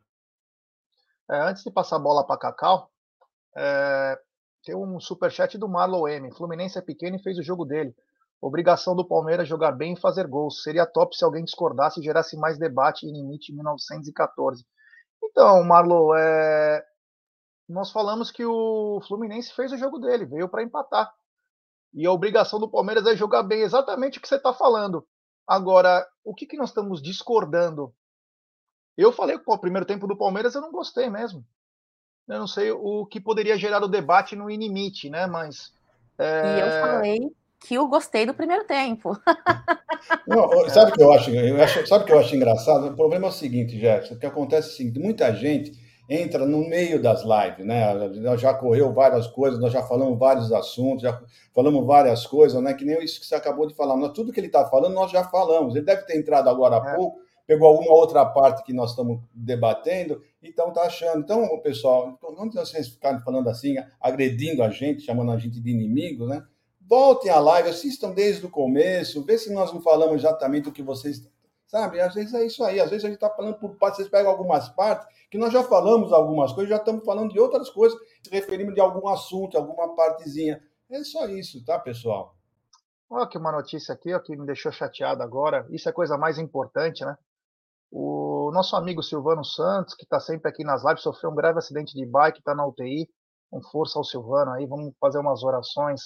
É, antes de passar a bola para Cacau, é, tem um superchat do Marlon M. Fluminense é pequeno e fez o jogo dele. Obrigação do Palmeiras jogar bem e fazer gols. Seria top se alguém discordasse e gerasse mais debate em limite mil novecentos e catorze. Então, Marlon, é, nós falamos que o Fluminense fez o jogo dele, veio para empatar. E a obrigação do Palmeiras é jogar bem, exatamente o que você está falando. Agora, o que, que nós estamos discordando? Eu falei que o primeiro tempo do Palmeiras eu não gostei mesmo. Eu não sei o que poderia gerar o debate no limite, né? Mas.
É... E eu falei que eu gostei do primeiro tempo.
Não, sabe o que eu acho? Eu acho, sabe o que eu acho engraçado? O problema é o seguinte, Jefferson, o que acontece é o seguinte, muita gente entra no meio das lives, né? Nós já correu várias coisas, nós já falamos vários assuntos, já falamos várias coisas, né? Que nem isso que você acabou de falar. Nós, tudo que ele está falando, nós já falamos. Ele deve ter entrado agora há é. pouco, pegou alguma outra parte que nós estamos debatendo, então está achando. Então, pessoal, não vocês ficarem falando assim, agredindo a gente, chamando a gente de inimigo, né? Voltem à live, assistam desde o começo, vê se nós não falamos exatamente o que vocês... Sabe, às vezes é isso aí, às vezes a gente está falando por partes, vocês pegam algumas partes, que nós já falamos algumas coisas, já estamos falando de outras coisas, referimos de algum assunto, alguma partezinha. É só isso, tá, pessoal?
Olha aqui uma notícia aqui, ó, que me deixou chateado agora, isso é a coisa mais importante, né? O nosso amigo Silvano Santos, que está sempre aqui nas lives, sofreu um grave acidente de bike, está na U T I, com força ao Silvano aí, vamos fazer umas orações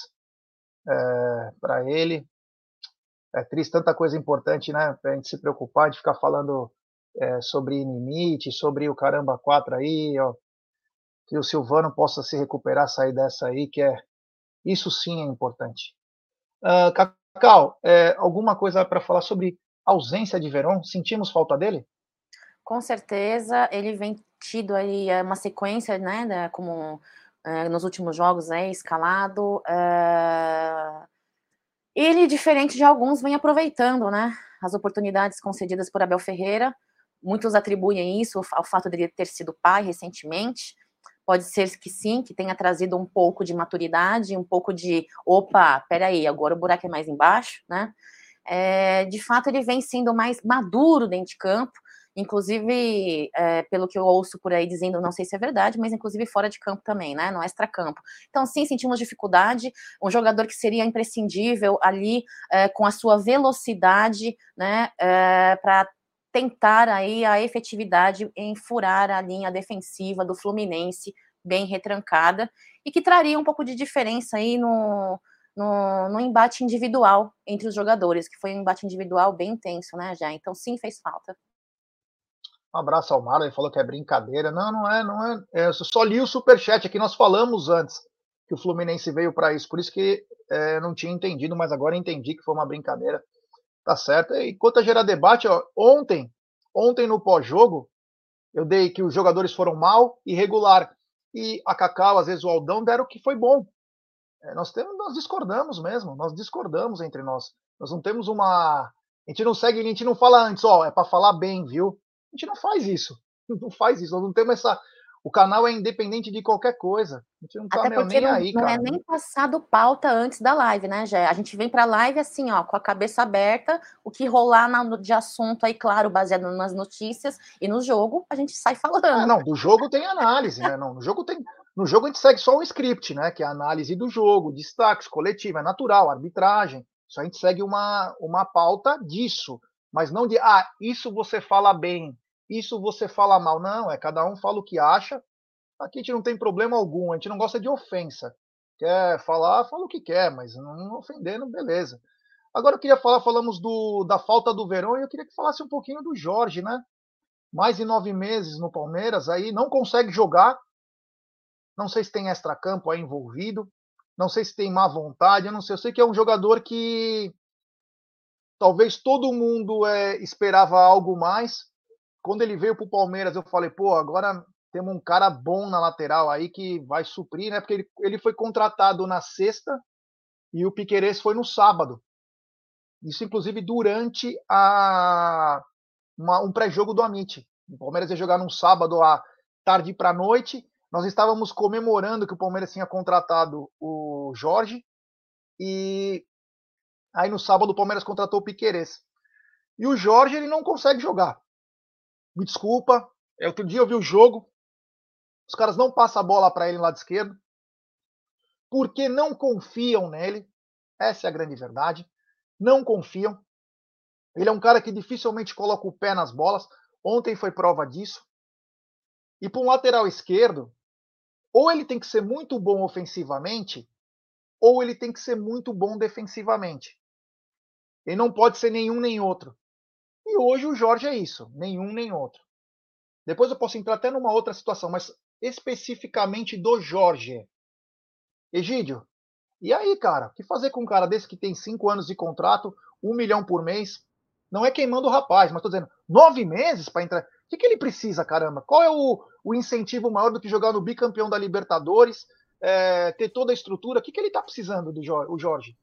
é, para ele. É triste, tanta coisa importante, né? Pra gente se preocupar, de ficar falando é, sobre limite, sobre o caramba quatro aí, ó. Que o Silvano possa se recuperar, sair dessa aí, que é... Isso sim é importante. Uh, Cacau, é, alguma coisa para falar sobre ausência de Verón? Sentimos falta dele?
Com certeza, ele vem tido aí uma sequência, né, da, como... é, nos últimos jogos, né, escalado. É... Ele, diferente de alguns, vem aproveitando, né, as oportunidades concedidas por Abel Ferreira. Muitos atribuem isso ao fato de ele ter sido pai recentemente. Pode ser que sim, que tenha trazido um pouco de maturidade, um pouco de, opa, peraí, agora o buraco é mais embaixo, né? É, de fato, ele vem sendo mais maduro dentro de campo, inclusive, é, pelo que eu ouço por aí dizendo, não sei se é verdade, mas inclusive fora de campo também, né, no extracampo. Então, sim, sentimos dificuldade, um jogador que seria imprescindível ali, é, com a sua velocidade, né, é, para tentar aí a efetividade em furar a linha defensiva do Fluminense, bem retrancada, e que traria um pouco de diferença aí no... No, no embate individual entre os jogadores, que foi um embate individual bem intenso, né, já. Então, sim, fez falta.
Um abraço ao Mara, ele falou que é brincadeira. Não, não é, não é. é eu só li o superchat aqui, nós falamos antes que o Fluminense veio para isso, por isso que é, não tinha entendido, mas agora entendi que foi uma brincadeira. Tá certo. E quanto a gerar debate, ó, ontem, ontem no pós-jogo, eu dei que os jogadores foram mal e regular. E a Cacau, às vezes o Aldão, deram o que foi bom. É, nós temos, nós discordamos mesmo, nós discordamos entre nós. Nós não temos uma. A gente não segue, a gente não fala antes, ó, é para falar bem, viu? A gente não faz isso. Não faz isso. Nós não temos essa. O canal é independente de qualquer coisa. A gente não tá
Até
meu,
porque
nem
não,
aí,
não
cara.
é nem passado pauta antes da live, né, Jé? A gente vem pra live assim, ó, com a cabeça aberta, o que rolar na, de assunto aí, claro, baseado nas notícias, e no jogo a gente sai falando.
Ah, não, do jogo tem análise, né? Não, no jogo tem. No jogo a gente segue só um script, né? Que é a análise do jogo, destaques, coletivo, é natural, arbitragem. Só a gente segue uma, uma pauta disso. Mas não de, ah, isso você fala bem, isso você fala mal. Não, é cada um fala o que acha. Aqui a gente não tem problema algum, a gente não gosta de ofensa. Quer falar, fala o que quer, mas não ofendendo, beleza. Agora eu queria falar, falamos do, da falta do Verón e eu queria que falasse um pouquinho do Jorge, né? Mais de nove meses no Palmeiras, aí não consegue jogar. Não sei se tem extracampo aí envolvido. Não sei se tem má vontade. Eu não sei. Eu sei que é um jogador que talvez todo mundo é, esperava algo mais. Quando ele veio para o Palmeiras, eu falei, pô, agora temos um cara bom na lateral aí que vai suprir, né? Porque ele, ele foi contratado na sexta e o Piquerez foi no sábado. Isso, inclusive, durante a, uma, um pré-jogo do Amit. O Palmeiras ia jogar num sábado à tarde para a noite. Nós estávamos comemorando que o Palmeiras tinha contratado o Jorge. E aí no sábado o Palmeiras contratou o Piquerez. E o Jorge ele não consegue jogar. Me desculpa. Outro dia eu vi o jogo. Os caras não passam a bola para ele no lado esquerdo. Porque não confiam nele. Essa é a grande verdade. Não confiam. Ele é um cara que dificilmente coloca o pé nas bolas. Ontem foi prova disso. E para um lateral esquerdo, ou ele tem que ser muito bom ofensivamente, ou ele tem que ser muito bom defensivamente. Ele não pode ser nenhum nem outro. E hoje o Jorge é isso, nenhum nem outro. Depois eu posso entrar até numa outra situação, mas especificamente do Jorge. Egídio, e aí, cara? O que fazer com um cara desse que tem cinco anos de contrato, um milhão por mês? Não é queimando o rapaz, mas tô dizendo, nove meses para entrar. O que, que ele precisa, caramba? Qual é o, o incentivo maior do que jogar no bicampeão da Libertadores, é, ter toda a estrutura? O que, que ele tá precisando do o Jorge?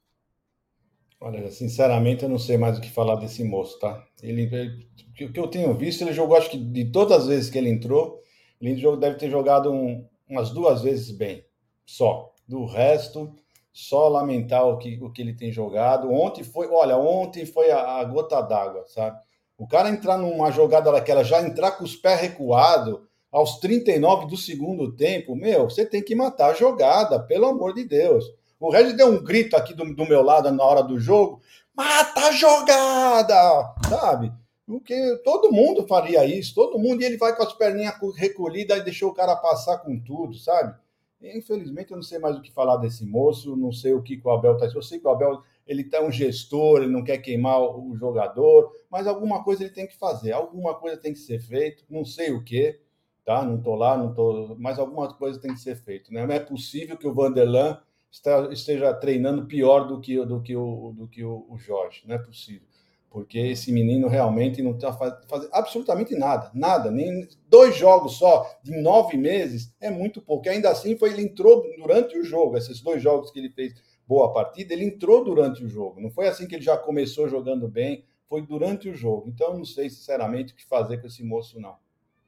Olha, sinceramente, eu não sei mais o que falar desse moço, tá? Ele, ele, o que eu tenho visto, ele jogou, acho que de todas as vezes que ele entrou, ele deve ter jogado um, umas duas vezes bem, só. Do resto, só lamentar o que, o que ele tem jogado. Ontem foi, olha, ontem foi a, a gota d'água, sabe? O cara entrar numa jogada daquela, já entrar com os pés recuados, aos trinta e nove do segundo tempo, meu, você tem que matar a jogada, pelo amor de Deus. O Regis deu um grito aqui do, do meu lado na hora do jogo, mata a jogada, sabe? Porque todo mundo faria isso, todo mundo, e ele vai com as perninhas recolhidas e deixou o cara passar com tudo, sabe? Infelizmente, eu não sei mais o que falar desse moço, não sei o que o Abel está... Eu sei que o Abel ele tá um gestor, ele não quer queimar o jogador, mas alguma coisa ele tem que fazer, alguma coisa tem que ser feita, não sei o que, tá? Não estou lá, não tô, mas alguma coisa tem que ser feita, né? Não é possível que o Vanderlan esteja treinando pior do que, do que, o, do que o, o Jorge, não é possível. porque esse menino realmente não está fazendo absolutamente nada, nada, nem dois jogos só de nove meses é muito pouco. E ainda assim, foi, ele entrou durante o jogo, esses dois jogos que ele fez boa partida, ele entrou durante o jogo. Não foi assim que ele já começou jogando bem, foi durante o jogo. Então, eu não sei, sinceramente, o que fazer com esse moço, não.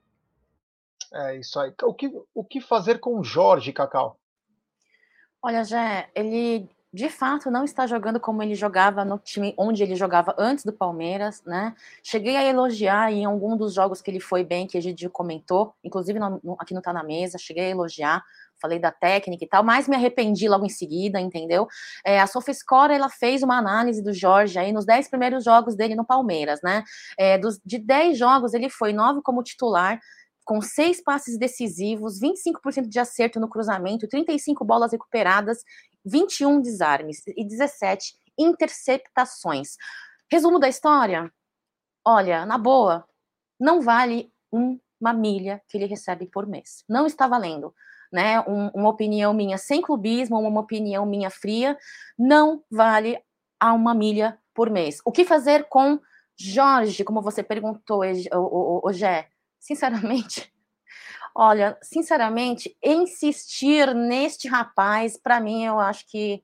É isso aí. O que, o que fazer com o Jorge, Cacau?
Olha, Jé, ele de fato não está jogando como ele jogava no time onde ele jogava antes do Palmeiras, né? Cheguei a elogiar em algum dos jogos que ele foi bem, que a gente comentou, inclusive no, no, aqui no Tá Na Mesa, cheguei a elogiar, falei da técnica e tal, mas me arrependi logo em seguida, entendeu? É, a SofaScore, ela fez uma análise do Jorge aí nos dez primeiros jogos dele no Palmeiras, né? É, dos, de dez jogos, ele foi nove como titular, com seis passes decisivos, vinte e cinco por cento de acerto no cruzamento, trinta e cinco bolas recuperadas, vinte e um desarmes e dezessete interceptações. Resumo da história? Olha, na boa, não vale uma milha que ele recebe por mês. Não está valendo. Né? Um, uma opinião minha sem clubismo, uma opinião minha fria, não vale a uma milha por mês. O que fazer com Jorge, como você perguntou, o, o, o Gé? Sinceramente, olha, sinceramente, insistir neste rapaz, para mim, eu acho que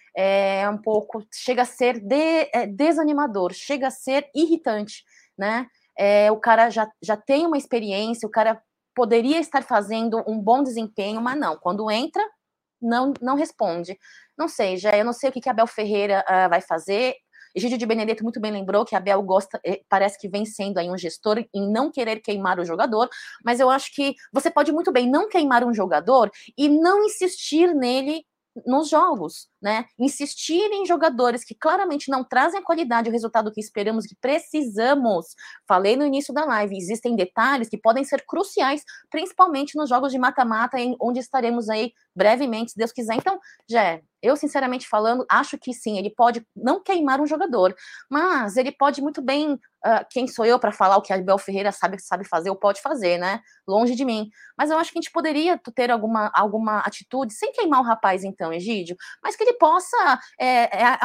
é um pouco, chega a ser de, é, desanimador, chega a ser irritante, né? É, o cara já, já tem uma experiência, o cara poderia estar fazendo um bom desempenho, mas não, quando entra, não, não responde. Não sei, já eu não sei o que, que a Abel Ferreira uh, vai fazer. Egídio de Benedetto muito bem lembrou que a Abel gosta, parece que vem sendo aí um gestor em não querer queimar o jogador, mas eu acho que você pode muito bem não queimar um jogador e não insistir nele nos jogos, né? Insistir em jogadores que claramente não trazem a qualidade, o resultado que esperamos, que precisamos. Falei no início da live, existem detalhes que podem ser cruciais, principalmente nos jogos de mata-mata, onde estaremos aí brevemente, se Deus quiser. Então, Jé, eu sinceramente falando, acho que sim, ele pode não queimar um jogador, mas ele pode muito bem, uh, quem sou eu para falar o que a Abel Ferreira sabe, sabe fazer ou pode fazer, né? Longe de mim. Mas eu acho que a gente poderia ter alguma, alguma atitude, sem queimar o rapaz então, Egídio, mas que ele possa, é, é,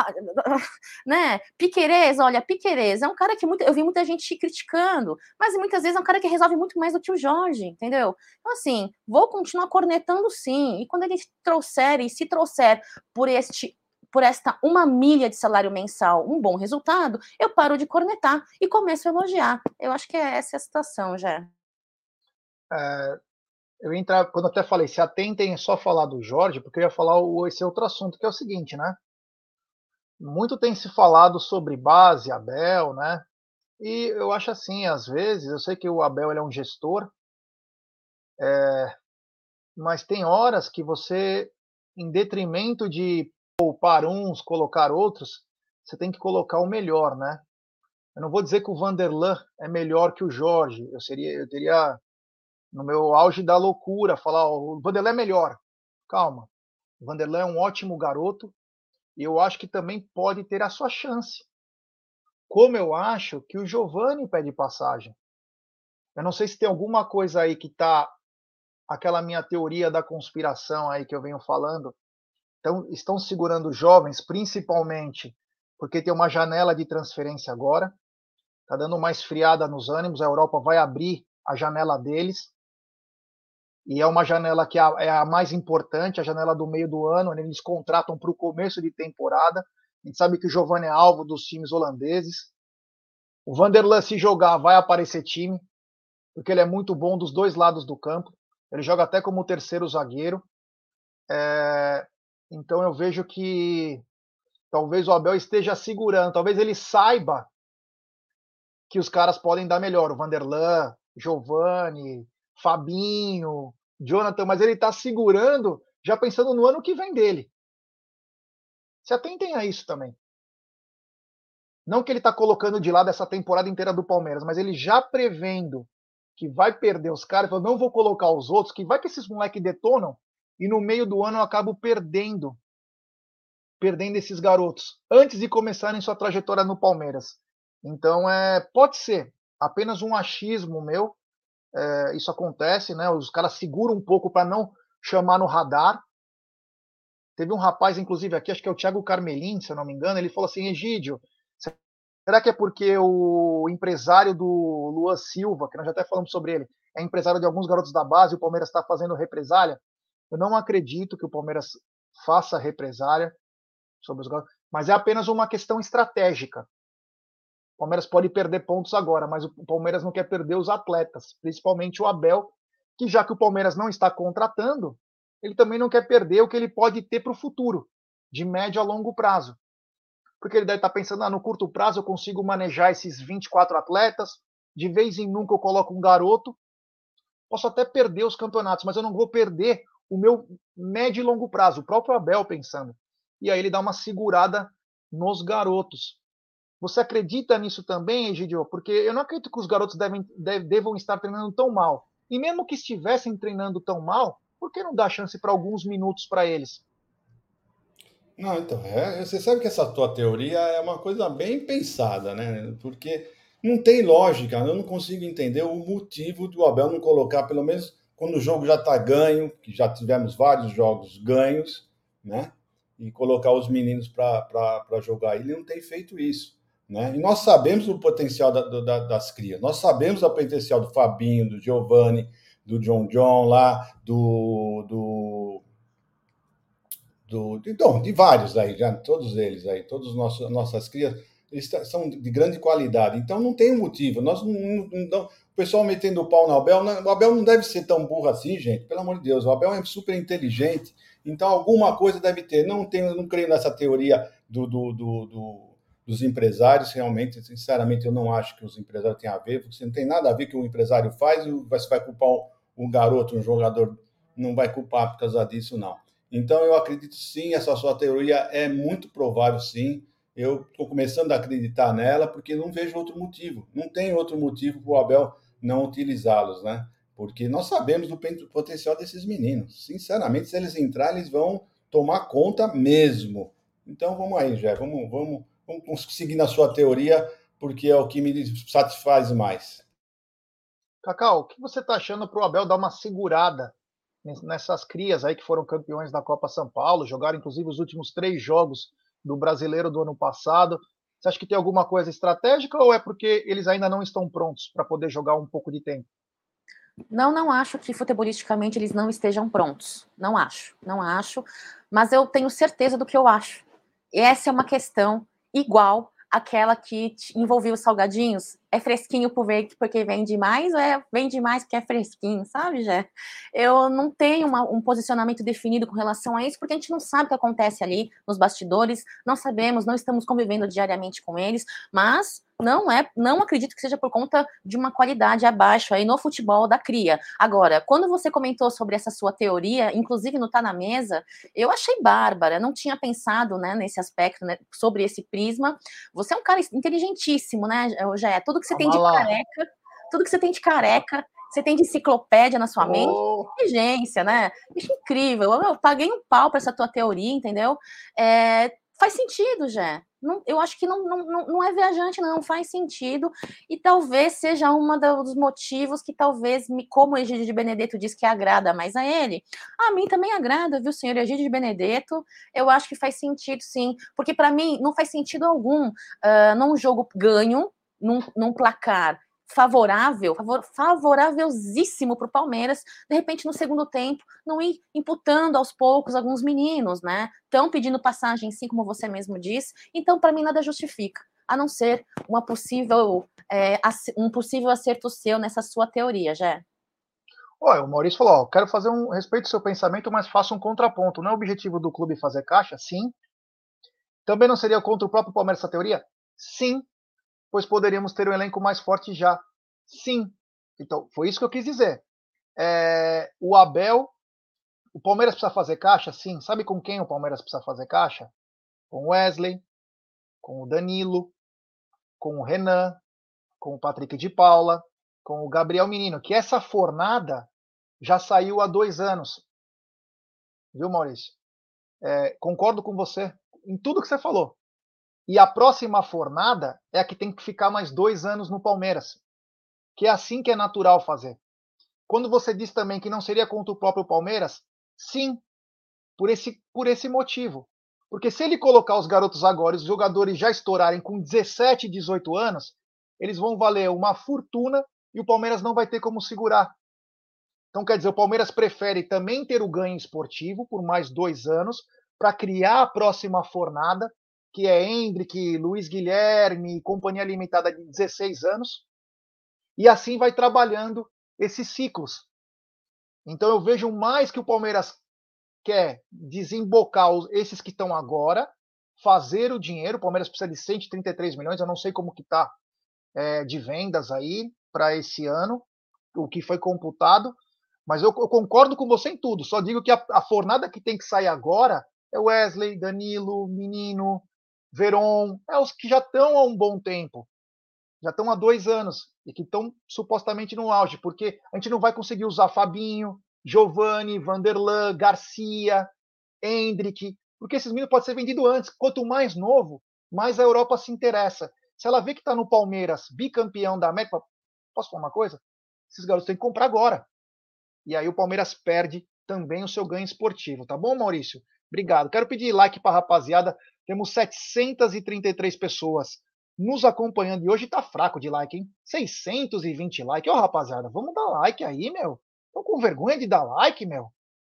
né, Piquerez, olha, Piquerez é um cara que muito, eu vi muita gente criticando, mas muitas vezes é um cara que resolve muito mais do que o Jorge, entendeu? Então assim, vou continuar cornetando sim, e quando ele trouxer, e se trouxer por este por esta uma milha de salário mensal, um bom resultado, eu paro de cornetar e começo a elogiar. Eu acho que é essa a situação, já.
É, eu entrar, quando eu até falei, se atentem só falar do Jorge, porque eu ia falar o, esse outro assunto, que é o seguinte, né? Muito tem se falado sobre base, Abel, né? E eu acho assim, às vezes, eu sei que o Abel ele é um gestor, é, mas tem horas que você, em detrimento de poupar uns, colocar outros, você tem que colocar o melhor, né? Eu não vou dizer que o Vanderlan é melhor que o Jorge, eu seria, eu teria no meu auge da loucura falar, ó, o Vanderlan é melhor. Calma, o Vanderlan é um ótimo garoto e eu acho que também pode ter a sua chance. Como eu acho que o Giovani pede passagem. Eu não sei se tem alguma coisa aí que está aquela minha teoria da conspiração aí que eu venho falando. Então, estão segurando jovens, principalmente porque tem uma janela de transferência agora. Está dando uma esfriada nos ânimos. A Europa vai abrir a janela deles. E é uma janela que é a mais importante, a janela do meio do ano, onde eles contratam para o começo de temporada. A gente sabe que o Giovani é alvo dos times holandeses. O Vanderlan, se jogar, vai aparecer time, porque ele é muito bom dos dois lados do campo. Ele joga até como terceiro zagueiro. É... Então eu vejo que talvez o Abel esteja segurando, talvez ele saiba que os caras podem dar melhor. O Vanderlan, Giovani, Fabinho, Jonathan, mas ele está segurando, já pensando no ano que vem dele. Se atentem a isso também. Não que ele está colocando de lado essa temporada inteira do Palmeiras, mas ele já prevendo que vai perder os caras, falou, não vou colocar os outros, que vai que esses moleques detonam, e no meio do ano eu acabo perdendo, perdendo esses garotos, antes de começarem sua trajetória no Palmeiras. Então, é, pode ser apenas um achismo meu, é, isso acontece, né? Os caras seguram um pouco para não chamar no radar. Teve um rapaz, inclusive, aqui, acho que é o Thiago Carmelin, se eu não me engano, ele falou assim, Egídio, você Será que é porque o empresário do Luan Silva, que nós já até falamos sobre ele, é empresário de alguns garotos da base e o Palmeiras está fazendo represália? Eu não acredito que o Palmeiras faça represália sobre os garotos, mas é apenas uma questão estratégica. O Palmeiras pode perder pontos agora, mas o Palmeiras não quer perder os atletas, principalmente o Abel, que já que o Palmeiras não está contratando, ele também não quer perder o que ele pode ter para o futuro, de médio a longo prazo. Porque ele deve estar pensando, ah, no curto prazo eu consigo manejar esses vinte e quatro atletas, de vez em nunca eu coloco um garoto, posso até perder os campeonatos, mas eu não vou perder o meu médio e longo prazo, o próprio Abel pensando. E aí ele dá uma segurada nos garotos. Você acredita nisso também, Egidio? Porque eu não acredito que os garotos devem, deve, devam estar treinando tão mal. E mesmo que estivessem treinando tão mal, por que não dar chance para alguns minutos para eles?
Não, então, é, você sabe que essa tua teoria é uma coisa bem pensada, né? Porque não tem lógica, eu não consigo entender o motivo do Abel não colocar, pelo menos quando o jogo já está ganho, que já tivemos vários jogos ganhos, né? E colocar os meninos para jogar. Ele não tem feito isso, né? E nós sabemos o potencial da, da, das crias, nós sabemos o potencial do Fabinho, do Giovani, do John John lá, do, do Do, então, de vários aí, já, todos eles aí, todas as nossas, nossas crias, eles são de grande qualidade. Então, não tem motivo. Nós não, não, não, o pessoal metendo o pau no Abel, não, o Abel não deve ser tão burro assim, gente, pelo amor de Deus. O Abel é super inteligente, então alguma coisa deve ter. Não, tenho, não creio nessa teoria do, do, do, do, dos empresários, realmente, sinceramente, eu não acho que os empresários tenham a ver, porque não tem nada a ver com o que o empresário faz, você vai culpar um, um garoto, um jogador, não vai culpar por causa disso, não. Então, eu acredito sim, essa sua teoria é muito provável, sim. Eu estou começando a acreditar nela, porque não vejo outro motivo. Não tem outro motivo para o Abel não utilizá-los, né? Porque nós sabemos do potencial desses meninos. Sinceramente, se eles entrarem, eles vão tomar conta mesmo. Então, vamos aí, Jé. Vamos, vamos, vamos seguir na sua teoria, porque é o que me satisfaz mais.
Cacau, o que você está achando para o Abel dar uma segurada nessas crias aí que foram campeões da Copa São Paulo, jogaram inclusive os últimos três jogos do Brasileiro do ano passado? Você acha que tem alguma coisa estratégica ou é porque eles ainda não estão prontos para poder jogar um pouco de tempo?
Não, não acho que futebolisticamente eles não estejam prontos. Não acho, não acho. Mas eu tenho certeza do que eu acho. E essa é uma questão igual àquela que envolvia os salgadinhos. É fresquinho porque vende mais ou é vende mais porque é fresquinho, sabe, Jé? Eu não tenho uma, um posicionamento definido com relação a isso, porque a gente não sabe o que acontece ali nos bastidores, não sabemos, não estamos convivendo diariamente com eles, mas não é, não acredito que seja por conta de uma qualidade abaixo aí no futebol da cria. Agora, quando você comentou sobre essa sua teoria, inclusive no Tá na Mesa, eu achei bárbara, não tinha pensado, né, nesse aspecto, né, sobre esse prisma. Você é um cara inteligentíssimo, né, já é tudo que você tem de careca, tudo que você tem de careca, você tem de enciclopédia na sua oh. mente, inteligência, né? Isso é incrível. Eu, eu paguei um pau para essa tua teoria, entendeu? É, faz sentido, já. Não, eu acho que não, não, não é viajante, não, faz sentido, e talvez seja um dos motivos que talvez, me, como o Egídio de Benedetto diz que agrada mais a ele, a mim também agrada, viu, senhor Egídio de Benedetto, eu acho que faz sentido, sim, porque para mim não faz sentido algum uh, num jogo ganho, num, num placar favorável, favor, favorávelzíssimo para o Palmeiras, de repente no segundo tempo, não ir imputando aos poucos alguns meninos, né? Estão pedindo passagem, sim, como você mesmo disse, então para mim nada justifica, a não ser uma possível, é, um possível acerto seu nessa sua teoria, Jé.
Olha, o Maurício falou, ó, quero fazer um respeito ao seu pensamento, mas faça um contraponto. Não é o objetivo do clube fazer caixa? Sim. Também não seria contra o próprio Palmeiras essa teoria? Sim. Pois poderíamos ter um elenco mais forte já. Sim. Então, foi isso que eu quis dizer. É, o Abel, o Palmeiras precisa fazer caixa? Sim. Sabe com quem o Palmeiras precisa fazer caixa? Com o Wesley, com o Danilo, com o Renan, com o Patrick de Paula, com o Gabriel Menino, que essa fornada já saiu há dois anos. Viu, Maurício? É, concordo com você em tudo que você falou. E a próxima fornada é a que tem que ficar mais dois anos no Palmeiras. Que é assim que é natural fazer. Quando você diz também que não seria contra o próprio Palmeiras, sim, por esse, por esse motivo. Porque se ele colocar os garotos agora, os jogadores já estourarem com dezessete, dezoito anos, eles vão valer uma fortuna e o Palmeiras não vai ter como segurar. Então, quer dizer, o Palmeiras prefere também ter o ganho esportivo por mais dois anos para criar a próxima fornada, que é Hendrick, Luiz Guilherme, companhia limitada de dezesseis anos, e assim vai trabalhando esses ciclos. Então, eu vejo mais que o Palmeiras quer desembocar esses que estão agora, fazer o dinheiro. O Palmeiras precisa de cento e trinta e três milhões, eu não sei como que está é, de vendas aí para esse ano, o que foi computado, mas eu, eu concordo com você em tudo, só digo que a, a fornada que tem que sair agora é Wesley, Danilo, Menino, Veron, é os que já estão há um bom tempo, já estão há dois anos, e que estão supostamente no auge, porque a gente não vai conseguir usar Fabinho, Giovani, Vanderlan, Garcia, Hendrick, porque esses meninos podem ser vendidos antes. Quanto mais novo, mais a Europa se interessa. Se ela vê que está no Palmeiras, bicampeão da América, posso falar uma coisa? Esses garotos têm que comprar agora. E aí o Palmeiras perde também o seu ganho esportivo. Tá bom, Maurício? Obrigado. Quero pedir like para a rapaziada. Temos setecentas e trinta e três pessoas nos acompanhando. E hoje tá fraco de like, hein? seiscentos e vinte likes. Ó, rapaziada, vamos dar like aí, meu. Estão com vergonha de dar like, meu?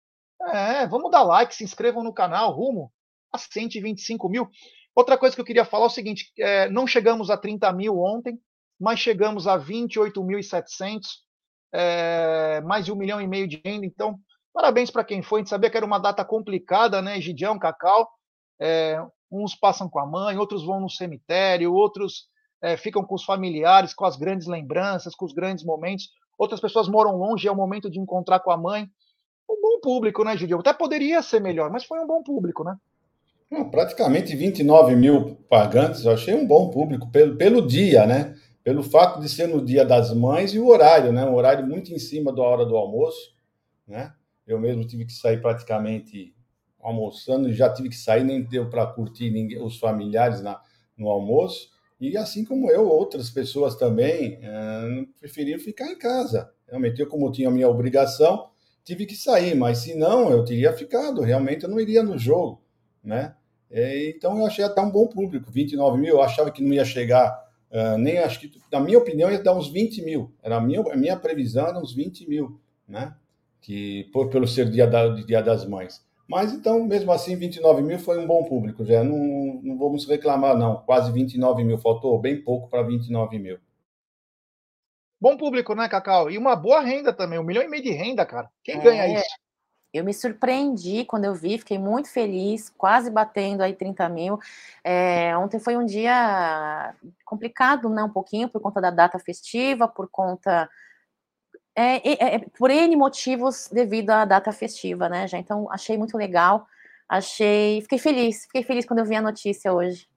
É, vamos dar like, se inscrevam no canal, rumo a cento e vinte e cinco mil. Outra coisa que eu queria falar é o seguinte, é, não chegamos a trinta mil ontem, mas chegamos a vinte e oito mil e setecentos, é, mais de um milhão e meio de renda, então parabéns para quem foi, a gente sabia que era uma data complicada, né, Gidião, Cacau, é, uns passam com a mãe, outros vão no cemitério, outros é, ficam com os familiares, com as grandes lembranças, com os grandes momentos, outras pessoas moram longe, é o momento de encontrar com a mãe. Um bom público, né, Gidião? Até poderia ser melhor, mas foi um bom público, né?
Não, praticamente vinte e nove mil pagantes, eu achei um bom público pelo, pelo dia, né? Pelo fato de ser no dia das mães e o horário, né? Um horário muito em cima da hora do almoço, né? Eu mesmo tive que sair praticamente almoçando, já tive que sair, nem deu para curtir ninguém, os familiares na, no almoço. E assim como eu, outras pessoas também é, preferiam ficar em casa. Realmente, eu, como tinha a minha obrigação, tive que sair, mas se não, eu teria ficado. Realmente, eu não iria no jogo, né? É, então, eu achei até um bom público, vinte e nove mil. Eu achava que não ia chegar, uh, nem acho que, na minha opinião, ia dar uns vinte mil. Era a minha, a minha previsão era uns vinte mil, né? Que, por, pelo ser dia, da, dia das mães. Mas, então, mesmo assim, vinte e nove mil foi um bom público. Já não, não vamos reclamar, não. Quase vinte e nove mil. Faltou bem pouco para vinte e nove mil.
Bom público, né, Cacau? E uma boa renda também. Um milhão e meio de renda, cara. Quem é, ganha isso?
Eu me surpreendi quando eu vi. Fiquei muito feliz. Quase batendo aí trinta mil. É, ontem foi um dia complicado, né? Um pouquinho, por conta da data festiva, por conta... É, é, é, por N motivos devido à data festiva, né, já. Então, achei muito legal, achei, fiquei feliz, fiquei feliz quando eu vi a notícia hoje.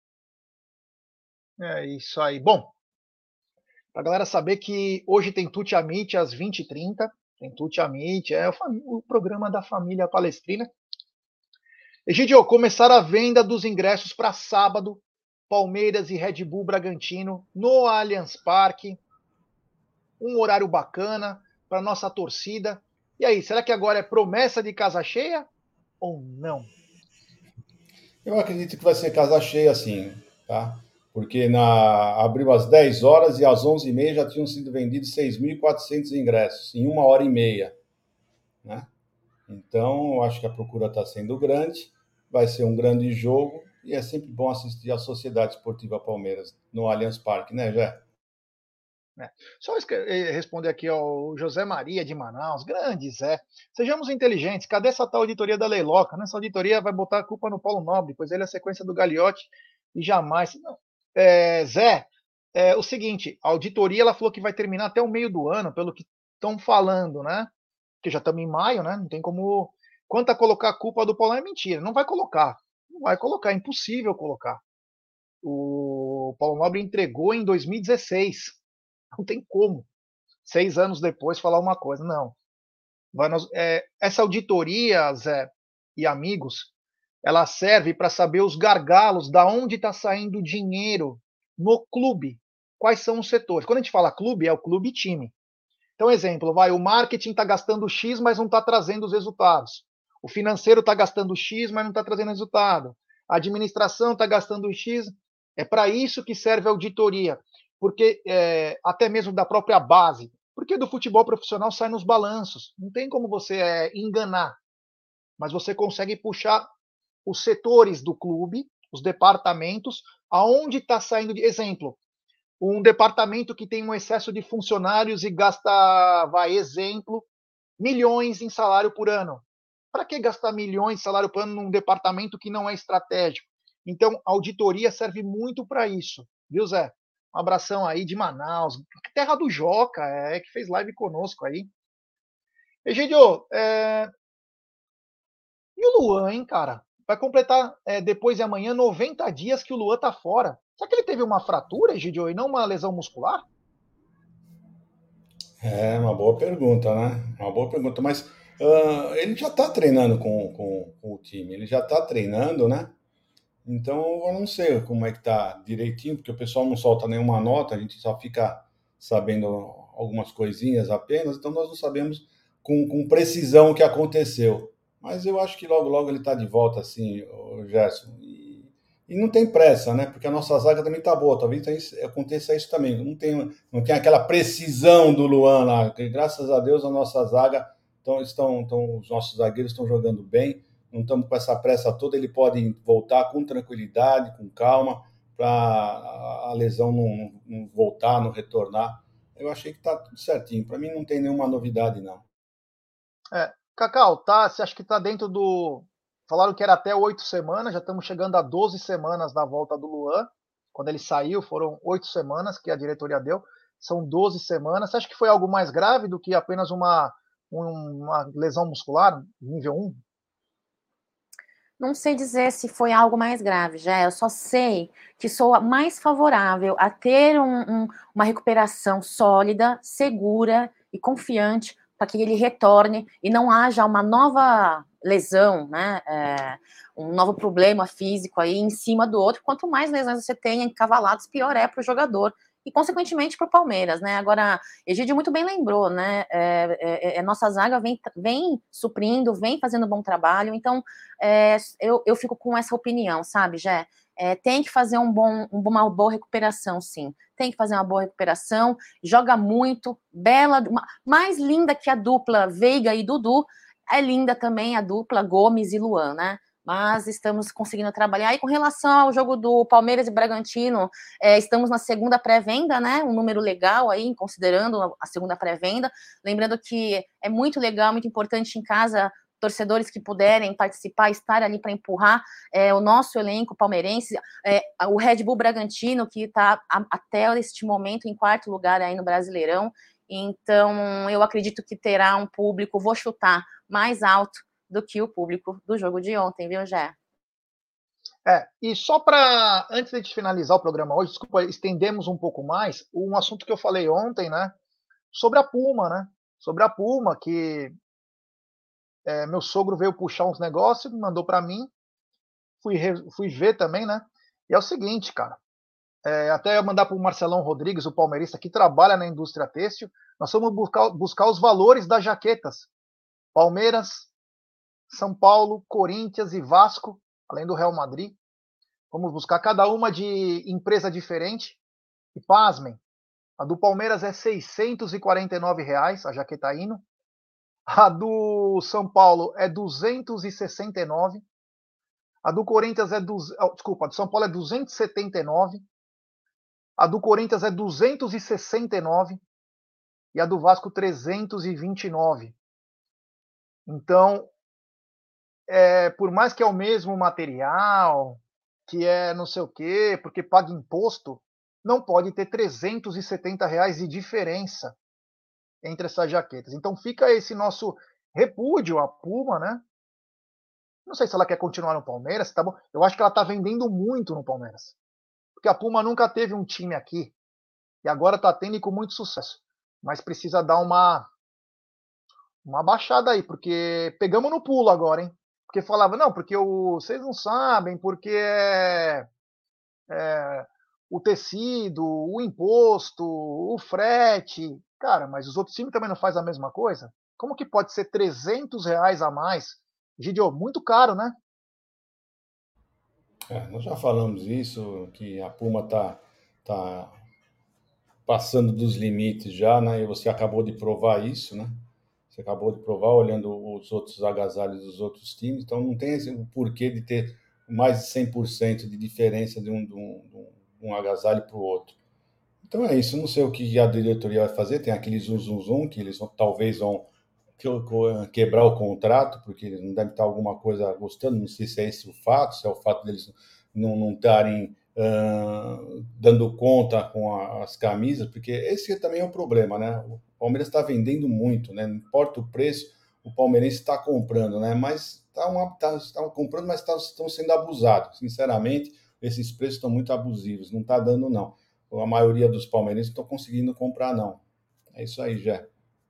É isso aí. Bom, pra galera saber que hoje tem Tuti Amit às vinte e trinta, tem Tuti Amit, é o, o programa da família palestrina. Egidio, começar a venda dos ingressos para sábado, Palmeiras e Red Bull Bragantino no Allianz Parque. Um horário bacana para nossa torcida. E aí, será que agora é promessa de casa cheia ou não?
Eu acredito que vai ser casa cheia, sim, tá? Porque na, abriu às dez horas e às onze e meia já tinham sido vendidos seis mil e quatrocentos ingressos, em uma hora e meia, né? Então, eu acho que a procura está sendo grande, vai ser um grande jogo e é sempre bom assistir a Sociedade Esportiva Palmeiras no Allianz Parque, né, Jé?
É. Só responder aqui ao José Maria de Manaus, grande Zé. Sejamos inteligentes, cadê essa tal auditoria da Leiloca? Essa auditoria vai botar a culpa no Paulo Nobre, pois ele é a sequência do Gagliotti e jamais. Não. É, Zé, é o seguinte, a auditoria ela falou que vai terminar até o meio do ano, pelo que estão falando, né? Porque já estamos em maio, né? Não tem como. Quanto a colocar a culpa do Paulo é mentira, não vai colocar. Não vai colocar, é impossível colocar. O Paulo Nobre entregou em dois mil e dezesseis. Não tem como, seis anos depois, falar uma coisa. Não. Vai nos, é, essa auditoria, Zé e amigos, ela serve para saber os gargalos, da onde está saindo dinheiro no clube. Quais são os setores? Quando a gente fala clube, é o clube e time. Então, exemplo, vai, o marketing está gastando X, mas não está trazendo os resultados. O financeiro está gastando X, mas não está trazendo resultado. A administração está gastando X. É para isso que serve a auditoria. Porque é, até mesmo da própria base. Porque do futebol profissional sai nos balanços. Não tem como você é, enganar. Mas você consegue puxar os setores do clube, os departamentos, aonde está saindo de exemplo. Um departamento que tem um excesso de funcionários e gasta, vai, exemplo, milhões em salário por ano. Para que gastar milhões de salário por ano num departamento que não é estratégico? Então, a auditoria serve muito para isso, viu, Zé? Um abração aí de Manaus, terra do Joca, é, que fez live conosco aí. Egidio, é... e o Luan, hein, cara? Vai completar é, depois de amanhã noventa dias que o Luan tá fora. Será que ele teve uma fratura, Egidio, e não uma lesão muscular?
É uma boa pergunta, né? Uma boa pergunta, mas uh, ele já está treinando com, com, com o time, ele já está treinando, né? Então eu não sei como é que tá direitinho, porque o pessoal não solta nenhuma nota, a gente só fica sabendo algumas coisinhas apenas, então nós não sabemos com, com precisão o que aconteceu. Mas eu acho que logo, logo ele está de volta, assim, o Gerson. E, e não tem pressa, né? Porque a nossa zaga também está boa. Talvez aconteça isso também. Não tem, não tem aquela precisão do Luan lá. Que, graças a Deus, a nossa zaga, então, estão, estão, os nossos zagueiros estão jogando bem. Não estamos com essa pressa toda. Ele pode voltar com tranquilidade, com calma, para a lesão não, não voltar, não retornar. Eu achei que está tudo certinho. Para mim, não tem nenhuma novidade, não.
É, Cacau, tá, você acha que está dentro do... Falaram que era até oito semanas, já estamos chegando a doze semanas da volta do Luan. Quando ele saiu, foram oito semanas que a diretoria deu. São doze semanas. Você acha que foi algo mais grave do que apenas uma, uma lesão muscular, nível um?
Não sei dizer se foi algo mais grave, já. Eu só sei que sou mais favorável a ter um, um, uma recuperação sólida, segura e confiante para que ele retorne e não haja uma nova lesão, né, é, um novo problema físico aí em cima do outro. Quanto mais lesões você tem encavalados, pior é para o jogador e, consequentemente, para o Palmeiras, né? Agora, Egídio muito bem lembrou, né? É, é, é, nossa zaga vem, vem suprindo, vem fazendo um bom trabalho, então é, eu, eu fico com essa opinião, sabe, Jé? É, tem que fazer um bom, uma boa recuperação, sim. Tem que fazer uma boa recuperação, joga muito, bela, uma, mais linda que a dupla Veiga e Dudu, é linda também a dupla Gomes e Luan, né? Mas estamos conseguindo trabalhar. E com relação ao jogo do Palmeiras e Bragantino, é, estamos na segunda pré-venda, né? Um número legal aí, considerando a segunda pré-venda. Lembrando que é muito legal, muito importante em casa, torcedores que puderem participar, estar ali para empurrar é, o nosso elenco palmeirense, é, o Red Bull Bragantino, que está até este momento em quarto lugar aí no Brasileirão. Então, eu acredito que terá um público, vou chutar, mais alto do que o público do jogo de ontem, viu, Jé?
É, e só para, antes de finalizar o programa hoje, desculpa, estendemos um pouco mais, um assunto que eu falei ontem, né, sobre a Puma, né, sobre a Puma, que é, meu sogro veio puxar uns negócios, mandou para mim, fui, fui ver também, né, e é o seguinte, cara, é, até mandar para o Marcelão Rodrigues, o palmeirista, que trabalha na indústria têxtil, nós vamos buscar, buscar os valores das jaquetas, Palmeiras, São Paulo, Corinthians e Vasco, além do Real Madrid. Vamos buscar cada uma de empresa diferente. E pasmem, a do Palmeiras é seiscentos e quarenta e nove reais, a jaqueta hino. A do São Paulo é duzentos e sessenta e nove. A do Corinthians é... Du... Desculpa, a do São Paulo é duzentos e setenta e nove. A do Corinthians é duzentos e sessenta e nove. E a do Vasco trezentos e vinte e nove. Então, é, por mais que é o mesmo material, que é não sei o quê, porque paga imposto, não pode ter trezentos e setenta reais de diferença entre essas jaquetas. Então fica esse nosso repúdio à Puma, né? Não sei se ela quer continuar no Palmeiras, tá bom? Eu acho que ela tá vendendo muito no Palmeiras. Porque a Puma nunca teve um time aqui. E agora tá tendo e com muito sucesso. Mas precisa dar uma uma baixada aí, porque pegamos no pulo agora, hein? Porque falava, não, porque o, vocês não sabem, porque é, é, o tecido, o imposto, o frete. Cara, mas os outros times também não fazem a mesma coisa? Como que pode ser trezentos reais a mais Gidio, muito caro, né?
É, nós já falamos isso, que a Puma está tá passando dos limites já, né? E você acabou de provar isso, né? Você acabou de provar olhando os outros agasalhos dos outros times, então não tem esse, o porquê de ter mais de cem por cento de diferença de um, de um, de um agasalho para o outro. Então é isso, não sei o que a diretoria vai fazer, tem aquele zum, zum, zum, que eles vão, talvez vão quebrar o contrato, porque eles não devem estar alguma coisa gostando, não sei se é esse o fato, se é o fato deles não estarem uh, dando conta com a, as camisas, porque esse também é o problema, né? O Palmeiras está vendendo muito, né? Não importa o preço, o palmeirense está comprando, né? Mas estão tá, tá comprando, mas tá, estão sendo abusados. Sinceramente, esses preços estão muito abusivos, não está dando, não. A maioria dos palmeirenses não estão conseguindo comprar, não. É isso aí, Jé.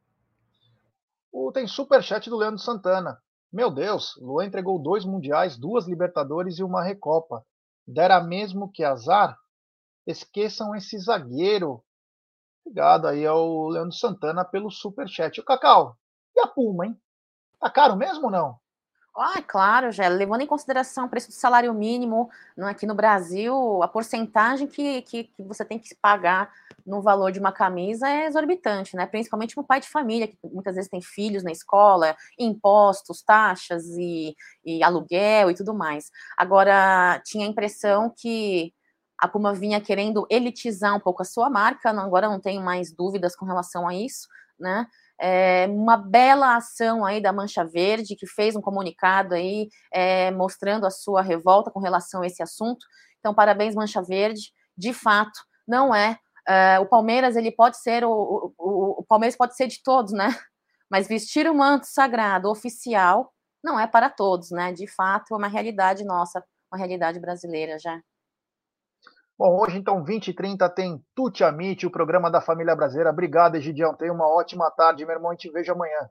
O, tem superchat do Leandro Santana. Meu Deus, Luan entregou dois mundiais, duas Libertadores e uma Recopa. Dera mesmo que azar? Esqueçam esse zagueiro. Obrigado aí ao Leandro Santana pelo superchat. O Cacau, e a Puma, hein? Tá caro mesmo ou não?
Ah, claro, já levando em consideração o preço do salário mínimo aqui no Brasil, a porcentagem que, que, que você tem que pagar no valor de uma camisa é exorbitante, né? Principalmente para um pai de família, que muitas vezes tem filhos na escola, impostos, taxas e, e aluguel e tudo mais. Agora, tinha a impressão que a Puma vinha querendo elitizar um pouco a sua marca, agora não tenho mais dúvidas com relação a isso, né? É uma bela ação aí da Mancha Verde, que fez um comunicado aí é, mostrando a sua revolta com relação a esse assunto. Então, parabéns, Mancha Verde. De fato, não é. é o Palmeiras, ele pode ser, o, o, o Palmeiras pode ser de todos, né? Mas vestir o manto sagrado oficial não é para todos, né? De fato, é uma realidade nossa, uma realidade brasileira já.
Bom, hoje então, vinte e trinta, tem Tuti Amite, o programa da família brasileira. Obrigado, Egidião. Tenha uma ótima tarde, meu irmão. A gente veja amanhã.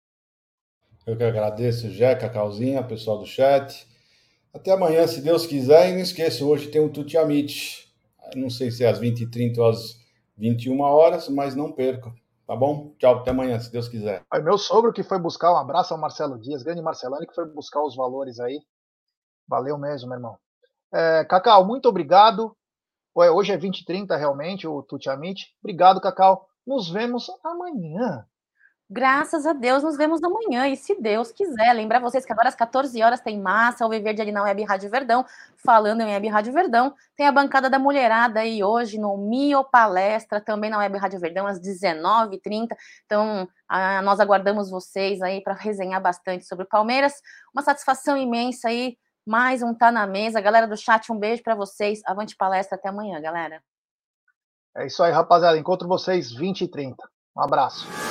Eu que agradeço, Jé, Cacauzinha, pessoal do chat. Até amanhã, se Deus quiser. E não esqueça, hoje tem o Tuti Amite. Não sei se é às vinte e trinta ou às vinte e uma horas, mas não percam. Tá bom? Tchau, até amanhã, se Deus quiser.
Aí, meu sogro que foi buscar, um abraço ao Marcelo Dias, grande Marcelano, que foi buscar os valores aí. Valeu mesmo, meu irmão. É, Cacau, muito obrigado. Hoje é vinte e trinta, realmente, o Tuti Amite. Obrigado, Cacau. Nos vemos amanhã.
Graças a Deus, nos vemos amanhã, e se Deus quiser. Lembrar vocês que agora às quatorze horas tem Massa, o Viverde ali na Web Rádio Verdão. Falando em Web Rádio Verdão, tem a bancada da mulherada aí hoje no Mio Palestra, também na Web Rádio Verdão, às dezenove e trinta. Então, a, nós aguardamos vocês aí para resenhar bastante sobre o Palmeiras. Uma satisfação imensa aí, mais um Tá na Mesa. Galera do chat, um beijo para vocês. Avante palestra, até amanhã, galera.
É isso aí, rapaziada. Encontro vocês vinte e trinta. Um abraço.